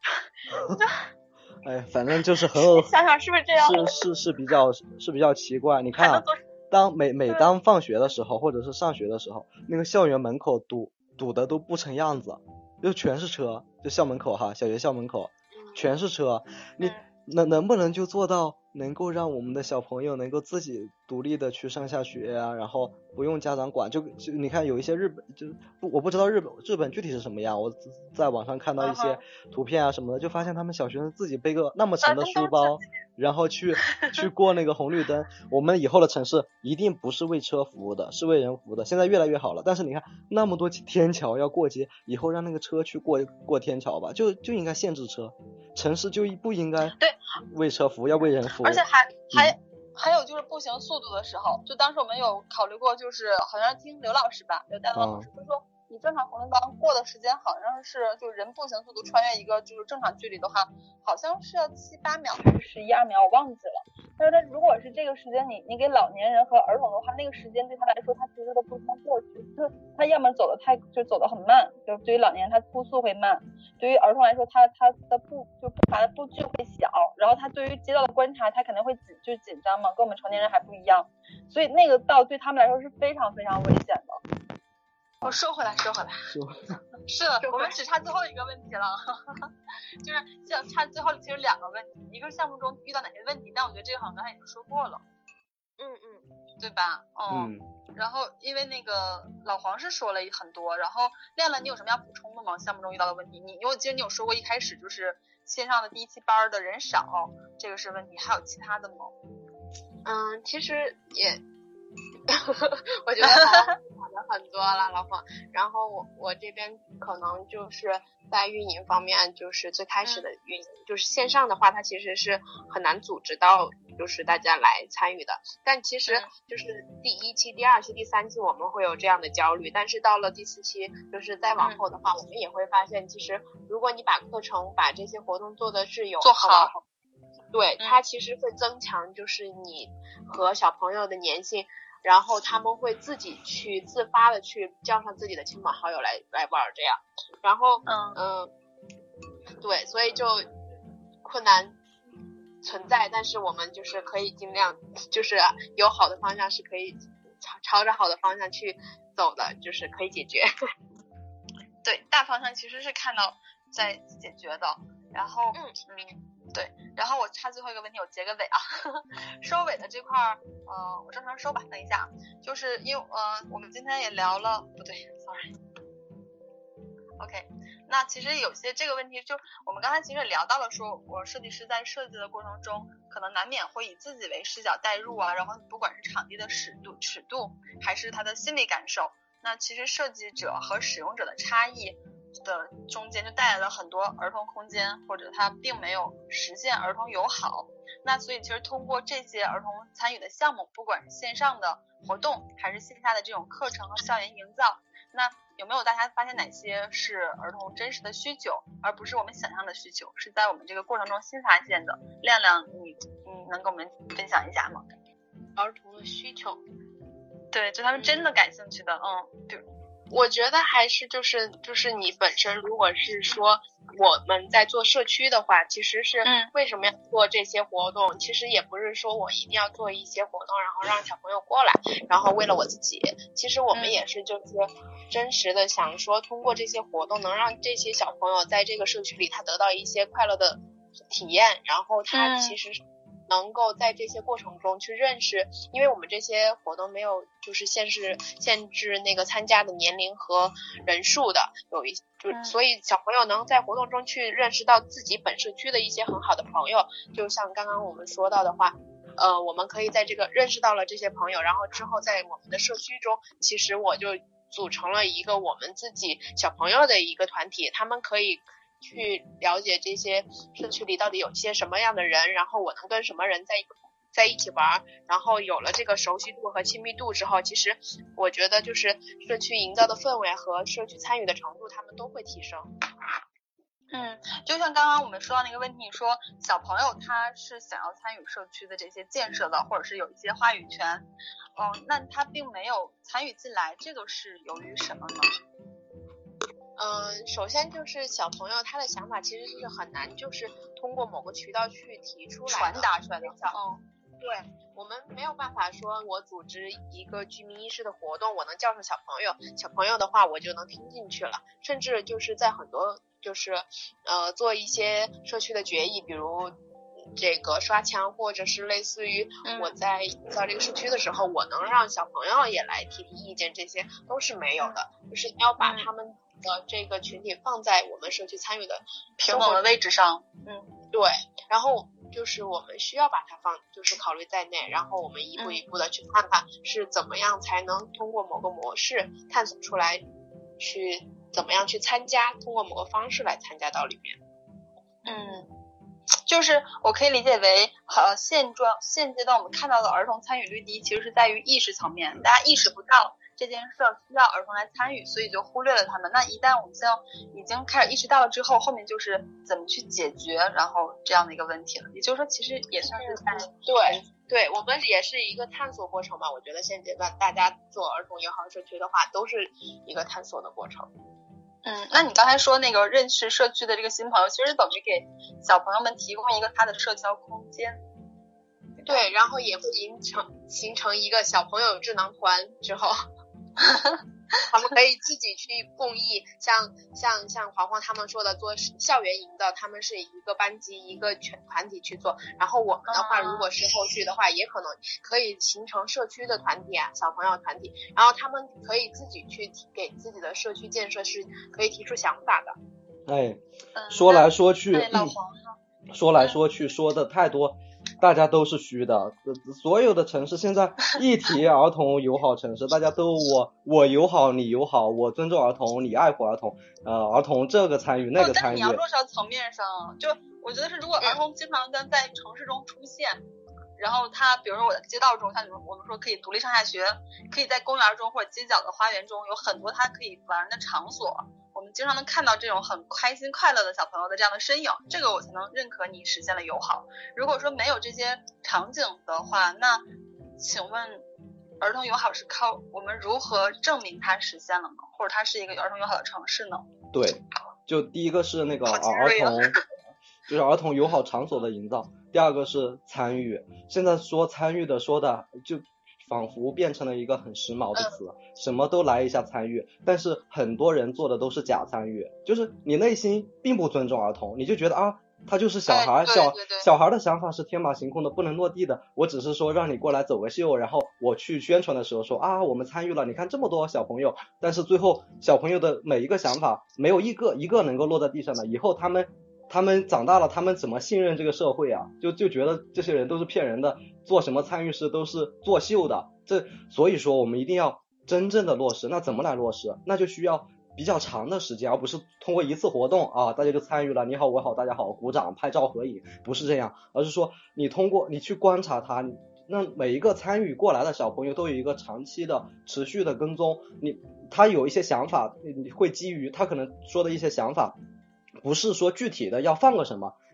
哎，反正就是想想是不是这样？ 是比较奇怪。你看啊，每当放学的时候，或者是上学的时候，那个校园门口堵的都不成样子，就全是车，就校门口哈，小学校门口全是车。你能不能就做到能够让我们的小朋友能够自己独立的去上下学啊，然后不用家长管？就你看有一些我不知道日本具体是什么样，我在网上看到一些图片啊什么的，就发现他们小学生自己背个那么沉的书包，然后去过那个红绿灯。我们以后的城市一定不是为车服务的，是为人服务的。现在越来越好了，但是你看那么多天桥要过街，以后让那个车去过天桥吧，就应该限制车。城市就不应该为车服务，要为人服务。 而且还有就是步行速度的时候，就当时我们有考虑过，就是好像听刘老师吧，刘丹老师就说，你正常红绿灯过的时间好像是就人步行速度穿越一个就是正常距离的话，好像是要7、8秒还是11、12秒，我忘记了。但是他如果是这个时间你给老年人和儿童的话，那个时间对他来说他其实都不能过去，就是他要么走得很慢，就是对于老年人他步速会慢，对于儿童来说他的步伐的步距会小，然后他对于街道的观察他肯定会紧张嘛，跟我们成年人还不一样，所以那个道对他们来说是非常非常危险的。我说回来，是的，我们只差最后一个问题了，就是差最后其实2个问题，一个是项目中遇到哪些问题，但我觉得这个好像刚才已经说过了，对吧？然后因为那个老黄是说了很多，然后亮亮你有什么要补充的吗？项目中遇到的问题，我记得你有说过一开始就是线上的第1期班的人少，这个是问题，还有其他的吗？ 其实也我觉得讲的很多了，老黄。然后我这边可能就是在运营方面，就是最开始的运营，就是线上的话，它其实是很难组织到就是大家来参与的。但其实就是第1期、第2期、第3期我们会有这样的焦虑，但是到了第4期，就是再往后的话，我们也会发现，其实如果你把课程、把这些活动做的是做好， 对，它其实会增强就是你和小朋友的粘性。然后他们会自己去自发的去叫上自己的亲朋好友来玩这样，然后对，所以就困难存在，但是我们就是可以尽量就是有好的方向是可以朝着好的方向去走的，就是可以解决。 对，大方向其实是看到在解决的，然后对，然后我插最后一个问题，我结个尾啊，收尾的这块我正常收吧，等一下，就是因为我们今天也聊了，不对 ，sorry，OK，那其实有些这个问题，就我们刚才其实也聊到了，说我设计师在设计的过程中，可能难免会以自己为视角代入啊，然后不管是场地的尺度，还是他的心理感受，那其实设计者和使用者的差异的中间就带来了很多儿童空间，或者它并没有实现儿童友好。那所以其实通过这些儿童参与的项目，不管是线上的活动还是线下的这种课程和校园营造，那有没有大家发现哪些是儿童真实的需求，而不是我们想象的需求，是在我们这个过程中新发现的？亮亮你能跟我们分享一下吗？ 儿童的需求， 对，就他们真的感兴趣的， 我觉得还是就是你本身如果是说我们在做社区的话，其实是为什么要做这些活动，其实也不是说我一定要做一些活动然后让小朋友过来，然后为了我自己，其实我们也是就是真实的想说通过这些活动能让这些小朋友在这个社区里他得到一些快乐的体验，然后他其实能够在这些过程中去认识，因为我们这些活动没有就是限制那个参加的年龄和人数的，所以小朋友能在活动中去认识到自己本社区的一些很好的朋友，就像刚刚我们说到的话，我们可以在这个认识到了这些朋友，然后之后在我们的社区中，其实我就组成了一个我们自己小朋友的一个团体，他们可以去了解这些社区里到底有些什么样的人，然后我能跟什么人在一起玩，然后有了这个熟悉度和亲密度之后，其实我觉得就是社区营造的氛围和社区参与的程度他们都会提升。 就像刚刚我们说到那个问题，你说小朋友他是想要参与社区的这些建设的，或者是有一些话语权，那他并没有参与进来，这个是由于什么呢？ 首先就是小朋友他的想法其实是很难就是通过某个渠道去提出来传达出来的。 对，我们没有办法说我组织一个居民意识的活动，我能叫上小朋友的话我就能听进去了，甚至就是在很多就是做一些社区的决议，比如这个刷墙，或者是类似于我在营造这个社区的时候，我能让小朋友也来提意见，这些都是没有的，就是要把他们的这个群体放在我们社区参与的平等的位置上。 对，然后就是我们需要把它就是考虑在内，然后我们一步一步的去看看是怎么样才能通过某个模式探索出来，去怎么样去参加，通过某个方式来参加到里面。 就是我可以理解为现阶段我们看到的儿童参与率低，其实是在于意识层面，大家意识不到这件事需要儿童来参与，所以就忽略了他们。那一旦我们现在已经开始意识到了之后，后面就是怎么去解决然后这样的一个问题了。也就是说其实也算是在对，我们也是一个探索过程吧。我觉得现阶段大家做儿童友好社区的话都是一个探索的过程。 那你刚才说那个认识社区的这个新朋友，其实等于给小朋友们提供一个他的社交空间。 对，然后也会形成一个小朋友智囊团之后他们可以自己去共议，像黄黄他们说的做校园营的，他们是一个班级一个团体去做，然后我们的话如果是后续的话也可能可以形成社区的团体啊，小朋友团体，然后他们可以自己去给自己的社区建设是可以提出想法的。 说来说去老黄说来说去说的太多，大家都是虚的。所有的城市现在一提儿童友好城市，大家都我友好你友好，我尊重儿童你爱护儿童，儿童这个参与那个参与。 但是你要落实到层面上，就我觉得是如果儿童经常在城市中出现，然后他比如说我在街道中，像我们说可以独立上下学，可以在公园中或者街角的花园中有很多他可以玩的场所，我们经常能看到这种很开心快乐的小朋友的这样的身影，这个我才能认可你实现了友好。如果说没有这些场景的话，那请问儿童友好是靠我们如何证明它实现了呢？或者它是一个儿童友好的城市呢？ 对，就第一个是那个就是儿童友好场所的营造，第二个是参与。现在说参与的说的就仿佛变成了一个很时髦的词，什么都来一下参与，但是很多人做的都是假参与，就是你内心并不尊重儿童，你就觉得他就是小孩，小孩的想法是天马行空的，不能落地的。我只是说让你过来走个秀，然后我去宣传的时候说我们参与了，你看这么多小朋友，但是最后小朋友的每一个想法没有一个能够落在地上的，以后他们长大了，他们怎么信任这个社会啊？就觉得这些人都是骗人的，做什么参与式都是作秀的。所以说我们一定要真正的落实。那怎么来落实？那就需要比较长的时间，而不是通过一次活动大家就参与了，你好我好大家好，鼓掌拍照合影，不是这样，而是说你通过你去观察他，那每一个参与过来的小朋友都有一个长期的持续的跟踪，他有一些想法，你会基于他可能说的一些想法，不是说具体的要放个什么，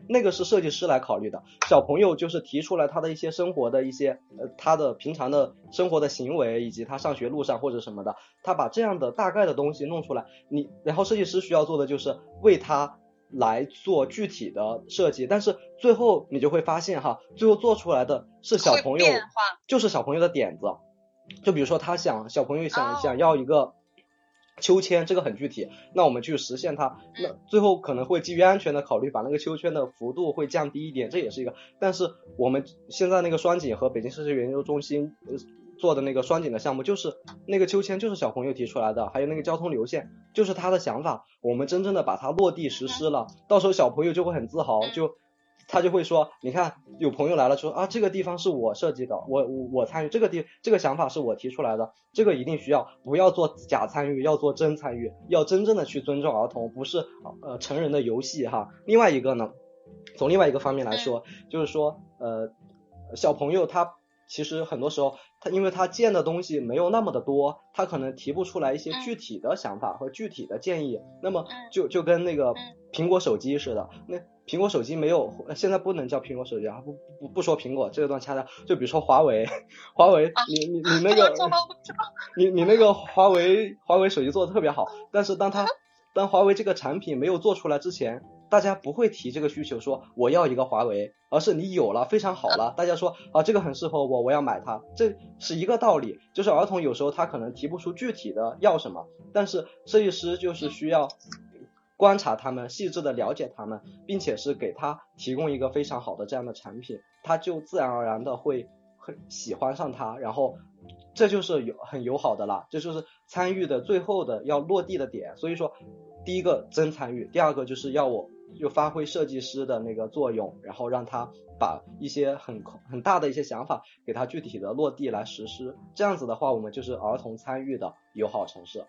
那个是设计师来考虑的。小朋友就是提出来他的一些生活的一些他的平常的生活的行为，以及他上学路上或者什么的，他把这样的大概的东西弄出来，然后设计师需要做的就是为他来做具体的设计，但是最后你就会发现哈，最后做出来的是小朋友，就是小朋友的点子。就比如说小朋友想要一个秋千，这个很具体，那我们去实现它，那最后可能会基于安全的考虑，把那个秋千的幅度会降低一点，这也是一个。但是我们现在那个双井和北京设计研究中心做的那个双井的项目，就是那个秋千就是小朋友提出来的，还有那个交通流线就是他的想法，我们真正的把它落地实施了，到时候小朋友就会很自豪，他就会说，你看有朋友来了说啊，这个地方是我设计的，我参与，这个想法是我提出来的，这个一定需要不要做假参与，要做真参与，要真正的去尊重儿童，不是成人的游戏哈。另外一个呢，从另外一个方面来说，就是说小朋友他其实很多时候因为他见的东西没有那么的多，他可能提不出来一些具体的想法和具体的建议，那么就跟那个苹果手机似的，那苹果手机没有，现在不能叫苹果手机啊，不说苹果，这个段掐掉。就比如说华为，你那个你那个华为手机做的特别好，但是当华为这个产品没有做出来之前，大家不会提这个需求说我要一个华为，而是你有了非常好了，大家说啊这个很适合我要买它，这是一个道理。就是儿童有时候他可能提不出具体的要什么，但是设计师就是需要观察他们，细致的了解他们，并且是给他提供一个非常好的这样的产品，他就自然而然的会喜欢上它，然后这就是很友好的啦，这就是参与的最后的要落地的点。所以说第一个真参与，第二个就是就发挥设计师的那个作用，然后让他把一些很大的一些想法给他具体的落地来实施，这样子的话我们就是儿童参与的友好城市。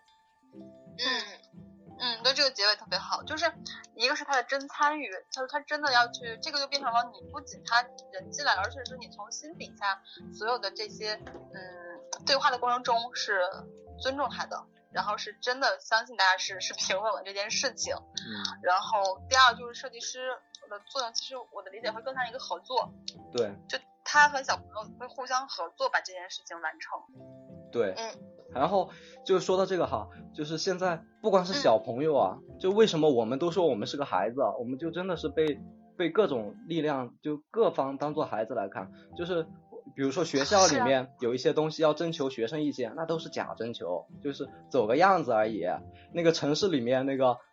对，这个结尾特别好，就是一个是他的真参与，就是他真的要去，这个就变成了你不仅他人进来，而且是你从心底下所有的这些对话的过程中是尊重他的，然后是真的相信大家是平等的这件事情。然后第二就是设计师的作用，其实我的理解会更像一个合作， 对， 就他和小朋友会互相合作把这件事情完成。 对，然后就说到这个哈，就是现在不光是小朋友啊，就为什么我们都说我们是个孩子，我们就真的是被各种力量就各方当做孩子来看，就是比如说学校里面有一些东西要征求学生意见，那都是假征求，就是走个样子而已。那个城市里面那个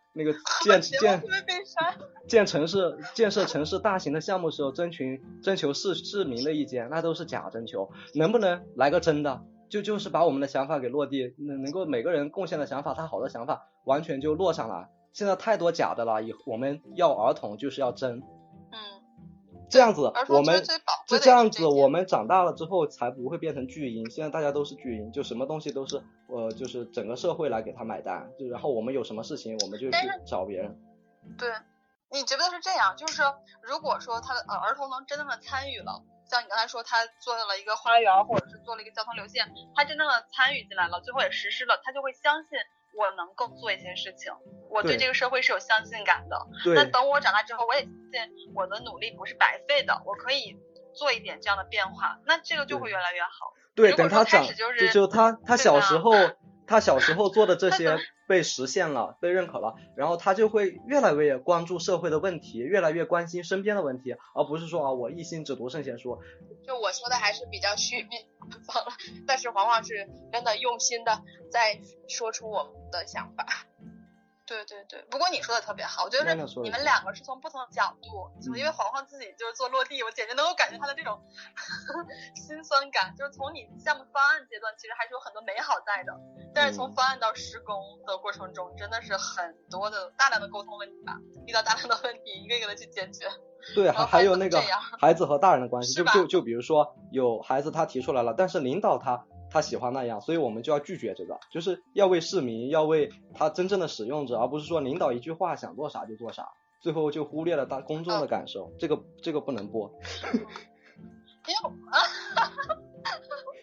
建设城市大型的项目的时候征求市民的意见，那都是假征求，能不能来个真的？就是把我们的想法给落地，能够每个人贡献的想法，他好的想法完全就落上来。现在太多假的了，我们要儿童就是要真。这样子我们就这样子，我们长大了之后才不会变成巨婴。现在大家都是巨婴，就什么东西都是就是整个社会来给他买单，就然后我们有什么事情我们就去找别人。 对，你觉得是这样，就是如果说他的儿童能真正的参与了，像你刚才说他做了一个花园或者是做了一个交通流线，他真正的参与进来了，最后也实施了，他就会相信我能够做一些事情，我对这个社会是有相信感的。那等我长大之后，我也相信我的努力不是白费的，我可以做一点这样的变化，那这个就会越来越好。 对，等他长就他小时候做的这些被实现了，被认可了，然后他就会越来越关注社会的问题，越来越关心身边的问题，而不是说我一心只读圣贤书。 就我说的还是比较虚放了，但是黄黄是真的用心的在说出我们的想法。 对，不过你说的特别好，我觉得你们两个是从不同的角度，因为黄黄自己就是做落地，我简直能够感觉他的这种心酸感，就是从你项目方案阶段其实还是有很多美好在的，但是从方案到施工的过程中真的是很多的大量的沟通问题吧，遇到大量的问题一个一个的去解决。 对，还有那个孩子和大人的关系，就比如说有孩子他提出来了，但是领导他喜欢那样，所以我们就要拒绝这个，就是要为市民，要为他真正的使用者，而不是说领导一句话想做啥就做啥，最后就忽略了公众的感受，这个不能播。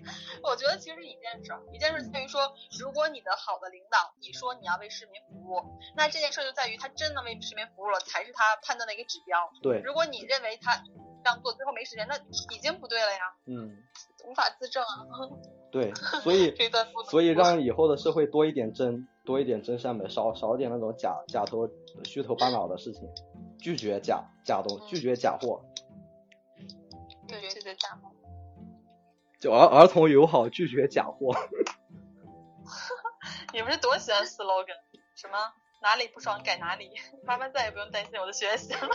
我觉得其实是一件事在于说，如果你的好的领导，你说你要为市民服务，那这件事就在于他真的为市民服务了，才是他判断的一个指标。 对， 如果你认为他这样做最后没时间，那已经不对了呀。无法自证啊。 对，所以让以后的社会多一点真善美，少一点那种假头虚头巴脑的事情，拒绝假东，拒绝假货。 对，拒绝假货。 就儿童友好，拒绝假货。 你不是多喜欢 slogan？ 什么哪里不爽改哪里，妈妈再也不用担心我的学习了。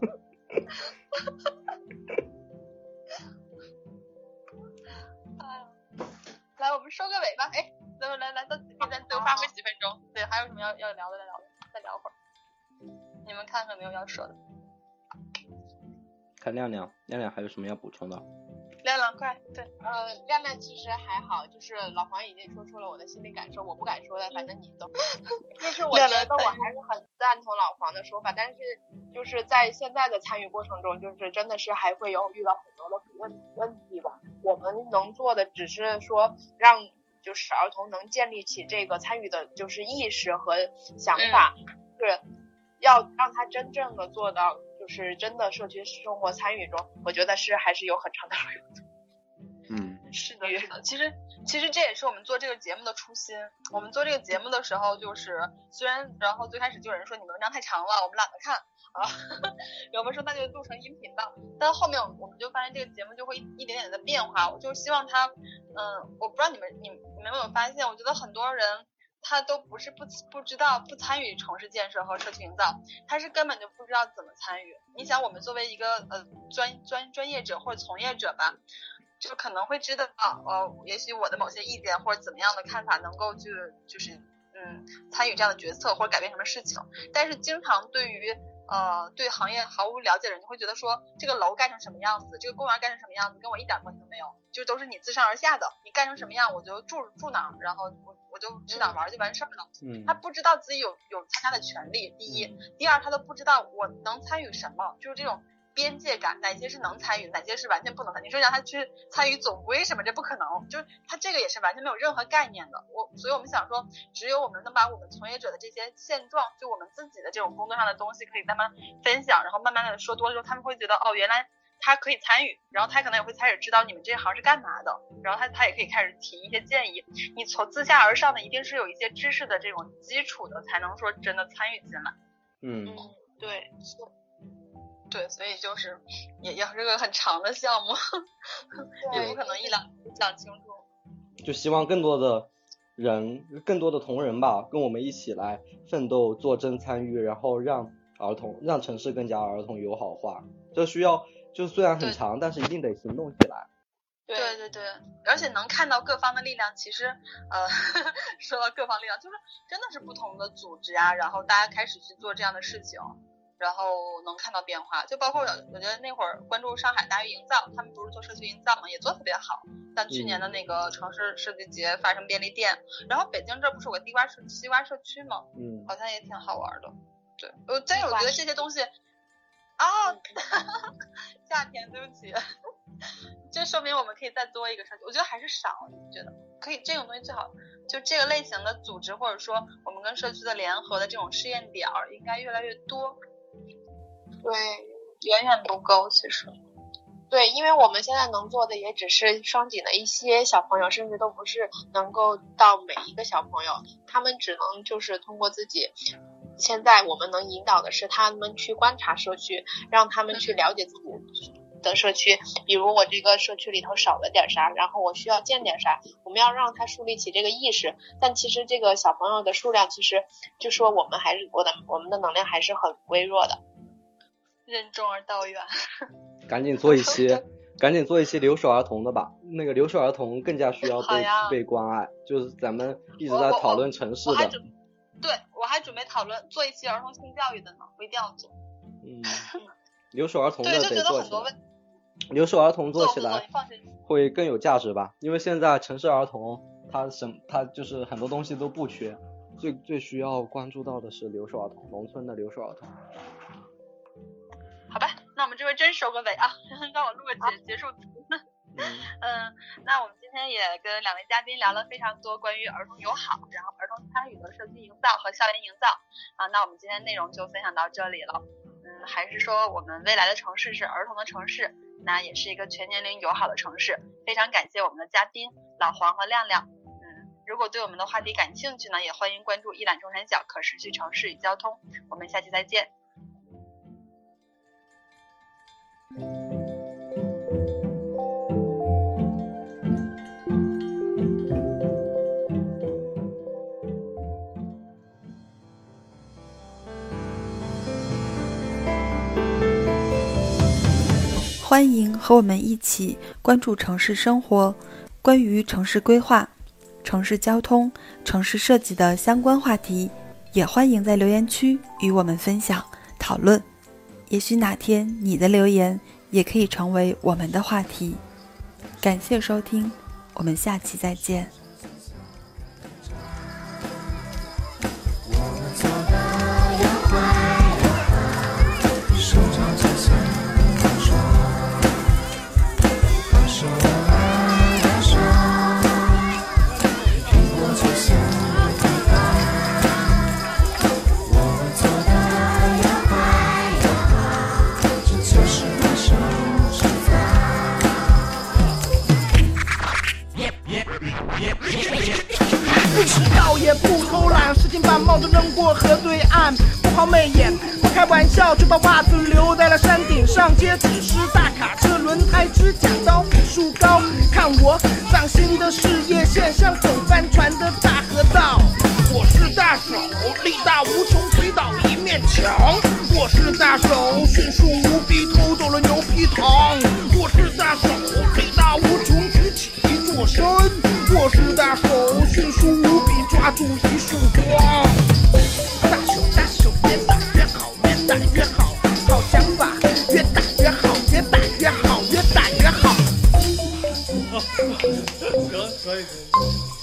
来，我们收个尾吧。哎，来，到咱最后发挥几分钟。对，还有什么要聊的再聊会儿。你们看看有没有要说的？ 看亮亮还有什么要补充的？ 亮亮快，对， 亮亮其实还好，就是老黄已经说出了我的心理感受，我不敢说的，反正你懂。就是我觉得我还是很赞同老黄的说法，但是就是在现在的参与过程中，就是真的是还会有遇到很多的问题吧。我们能做的只是说让就是儿童能建立起这个参与的就是意识和想法，是要让他真正的做到就是真的社区生活参与中，我觉得还是有很长的路。 是的。其实这也是我们做这个节目的初心。我们做这个节目的时候，就是虽然然后最开始就有人说你们文章太长了，我们懒得看啊，有人说那就录成音频吧。但后面我们就发现这个节目就会一点点的变化。我就希望它，我不知道你们有没有发现，我觉得很多人他都不是不知道不参与城市建设和社区营造，他是根本就不知道怎么参与。你想，我们作为一个专业者或者从业者吧，就可能会知道也许我的某些意见或者怎么样的看法能够就是参与这样的决策或者改变什么事情，但是经常对于对行业毫无了解的人，你会觉得说这个楼盖成什么样子，这个公园盖成什么样子，跟我一点关系都没有，就都是你自上而下的，你盖成什么样我就住哪儿，然后我就去哪儿玩就完事儿了。他不知道自己有参加的权利，第一，第二他都不知道我能参与什么，就是这种边界感，哪些是能参与，哪些是完全不能参与。你说让他去参与总规什么，这不可能，就是他这个也是完全没有任何概念的。所以我们想说，只有我们能把我们从业者的这些现状，就我们自己的这种工作上的东西可以慢慢分享，然后慢慢的说多了之后，他们会觉得原来他可以参与，然后他可能也会开始知道你们这行是干嘛的，然后他也可以开始提一些建议。你从自下而上的一定是有一些知识的这种基础的，才能说真的参与进来。对，对，所以就是也是个很长的项目，也不可能一两讲清楚。 就希望更多的同仁吧，跟我们一起来奋斗，做真参与，然后让城市更加儿童友好化。这需要就虽然很长，但是一定得行动起来。 对，而且能看到各方的力量，其实说到各方力量，就是真的是不同的组织啊，然后大家开始去做这样的事情，然后能看到变化。就包括我觉得那会儿关注上海大鱼营造，他们不是做社区营造嘛，也做特别好。像去年的那个城市设计节发生便利店，然后北京这不是有个西瓜社区吗？好像也挺好玩的。对，我觉得这些东西夏天对不起，这说明我们可以再多一个社区，我觉得还是少。你觉得可以这种东西最好就这个类型的组织，或者说我们跟社区的联合的这种试验点应该越来越多。 对， 远远不够其实。 对，因为我们现在能做的也只是双井的一些小朋友，甚至都不是能够到每一个小朋友，他们只能就是通过自己。现在我们能引导的是他们去观察社区，让他们去了解自己的社区，比如我这个社区里头少了点啥，然后我需要建点啥，我们要让他树立起这个意识。但其实这个小朋友的数量，其实就说我们的能量还是很微弱的。 任重而道远。 赶紧做一些留守儿童的吧，那个留守儿童更加需要被关爱。就是咱们一直在讨论城市的。 对，我还准备讨论做一期儿童性教育的呢，我一定要做。 留守儿童的得做起来。留守儿童做起来会更有价值吧，因为现在城市儿童他就是很多东西都不缺，最需要关注到的是留守儿童，农村的留守儿童。 好吧，那我们这回真收个尾啊，让我录个结束词。 那我们今天也跟两位嘉宾聊了非常多关于儿童友好，然后儿童参与的社区营造和校园营造那我们今天内容就分享到这里了。还是说我们未来的城市是儿童的城市，那也是一个全年龄友好的城市。非常感谢我们的嘉宾老黄和亮亮。如果对我们的话题感兴趣呢，也欢迎关注一览中山小可持续城市与交通。我们下期再见。欢迎和我们一起关注城市生活，关于城市规划、城市交通、城市设计的相关话题，也欢迎在留言区与我们分享讨论。也许哪天你的留言也可以成为我们的话题。感谢收听，我们下期再见。 不迟到也不偷懒，使劲把帽子扔过河对岸，不好媚眼，不开玩笑，就把袜子留在了山顶上。街只是大卡车轮胎指甲刀比树高，看我崭新的事业线像总帆船的大河道。我是大手，力大无穷，推倒一面墙。我是大手，迅速无比，偷走了牛皮糖。我是大手，力大无穷，举起一座山。我是大手，迅速无比，抓住一束光。大手大手，越打越好，越打越好，好想法，越打越好，越打越好，越打越好。 可以。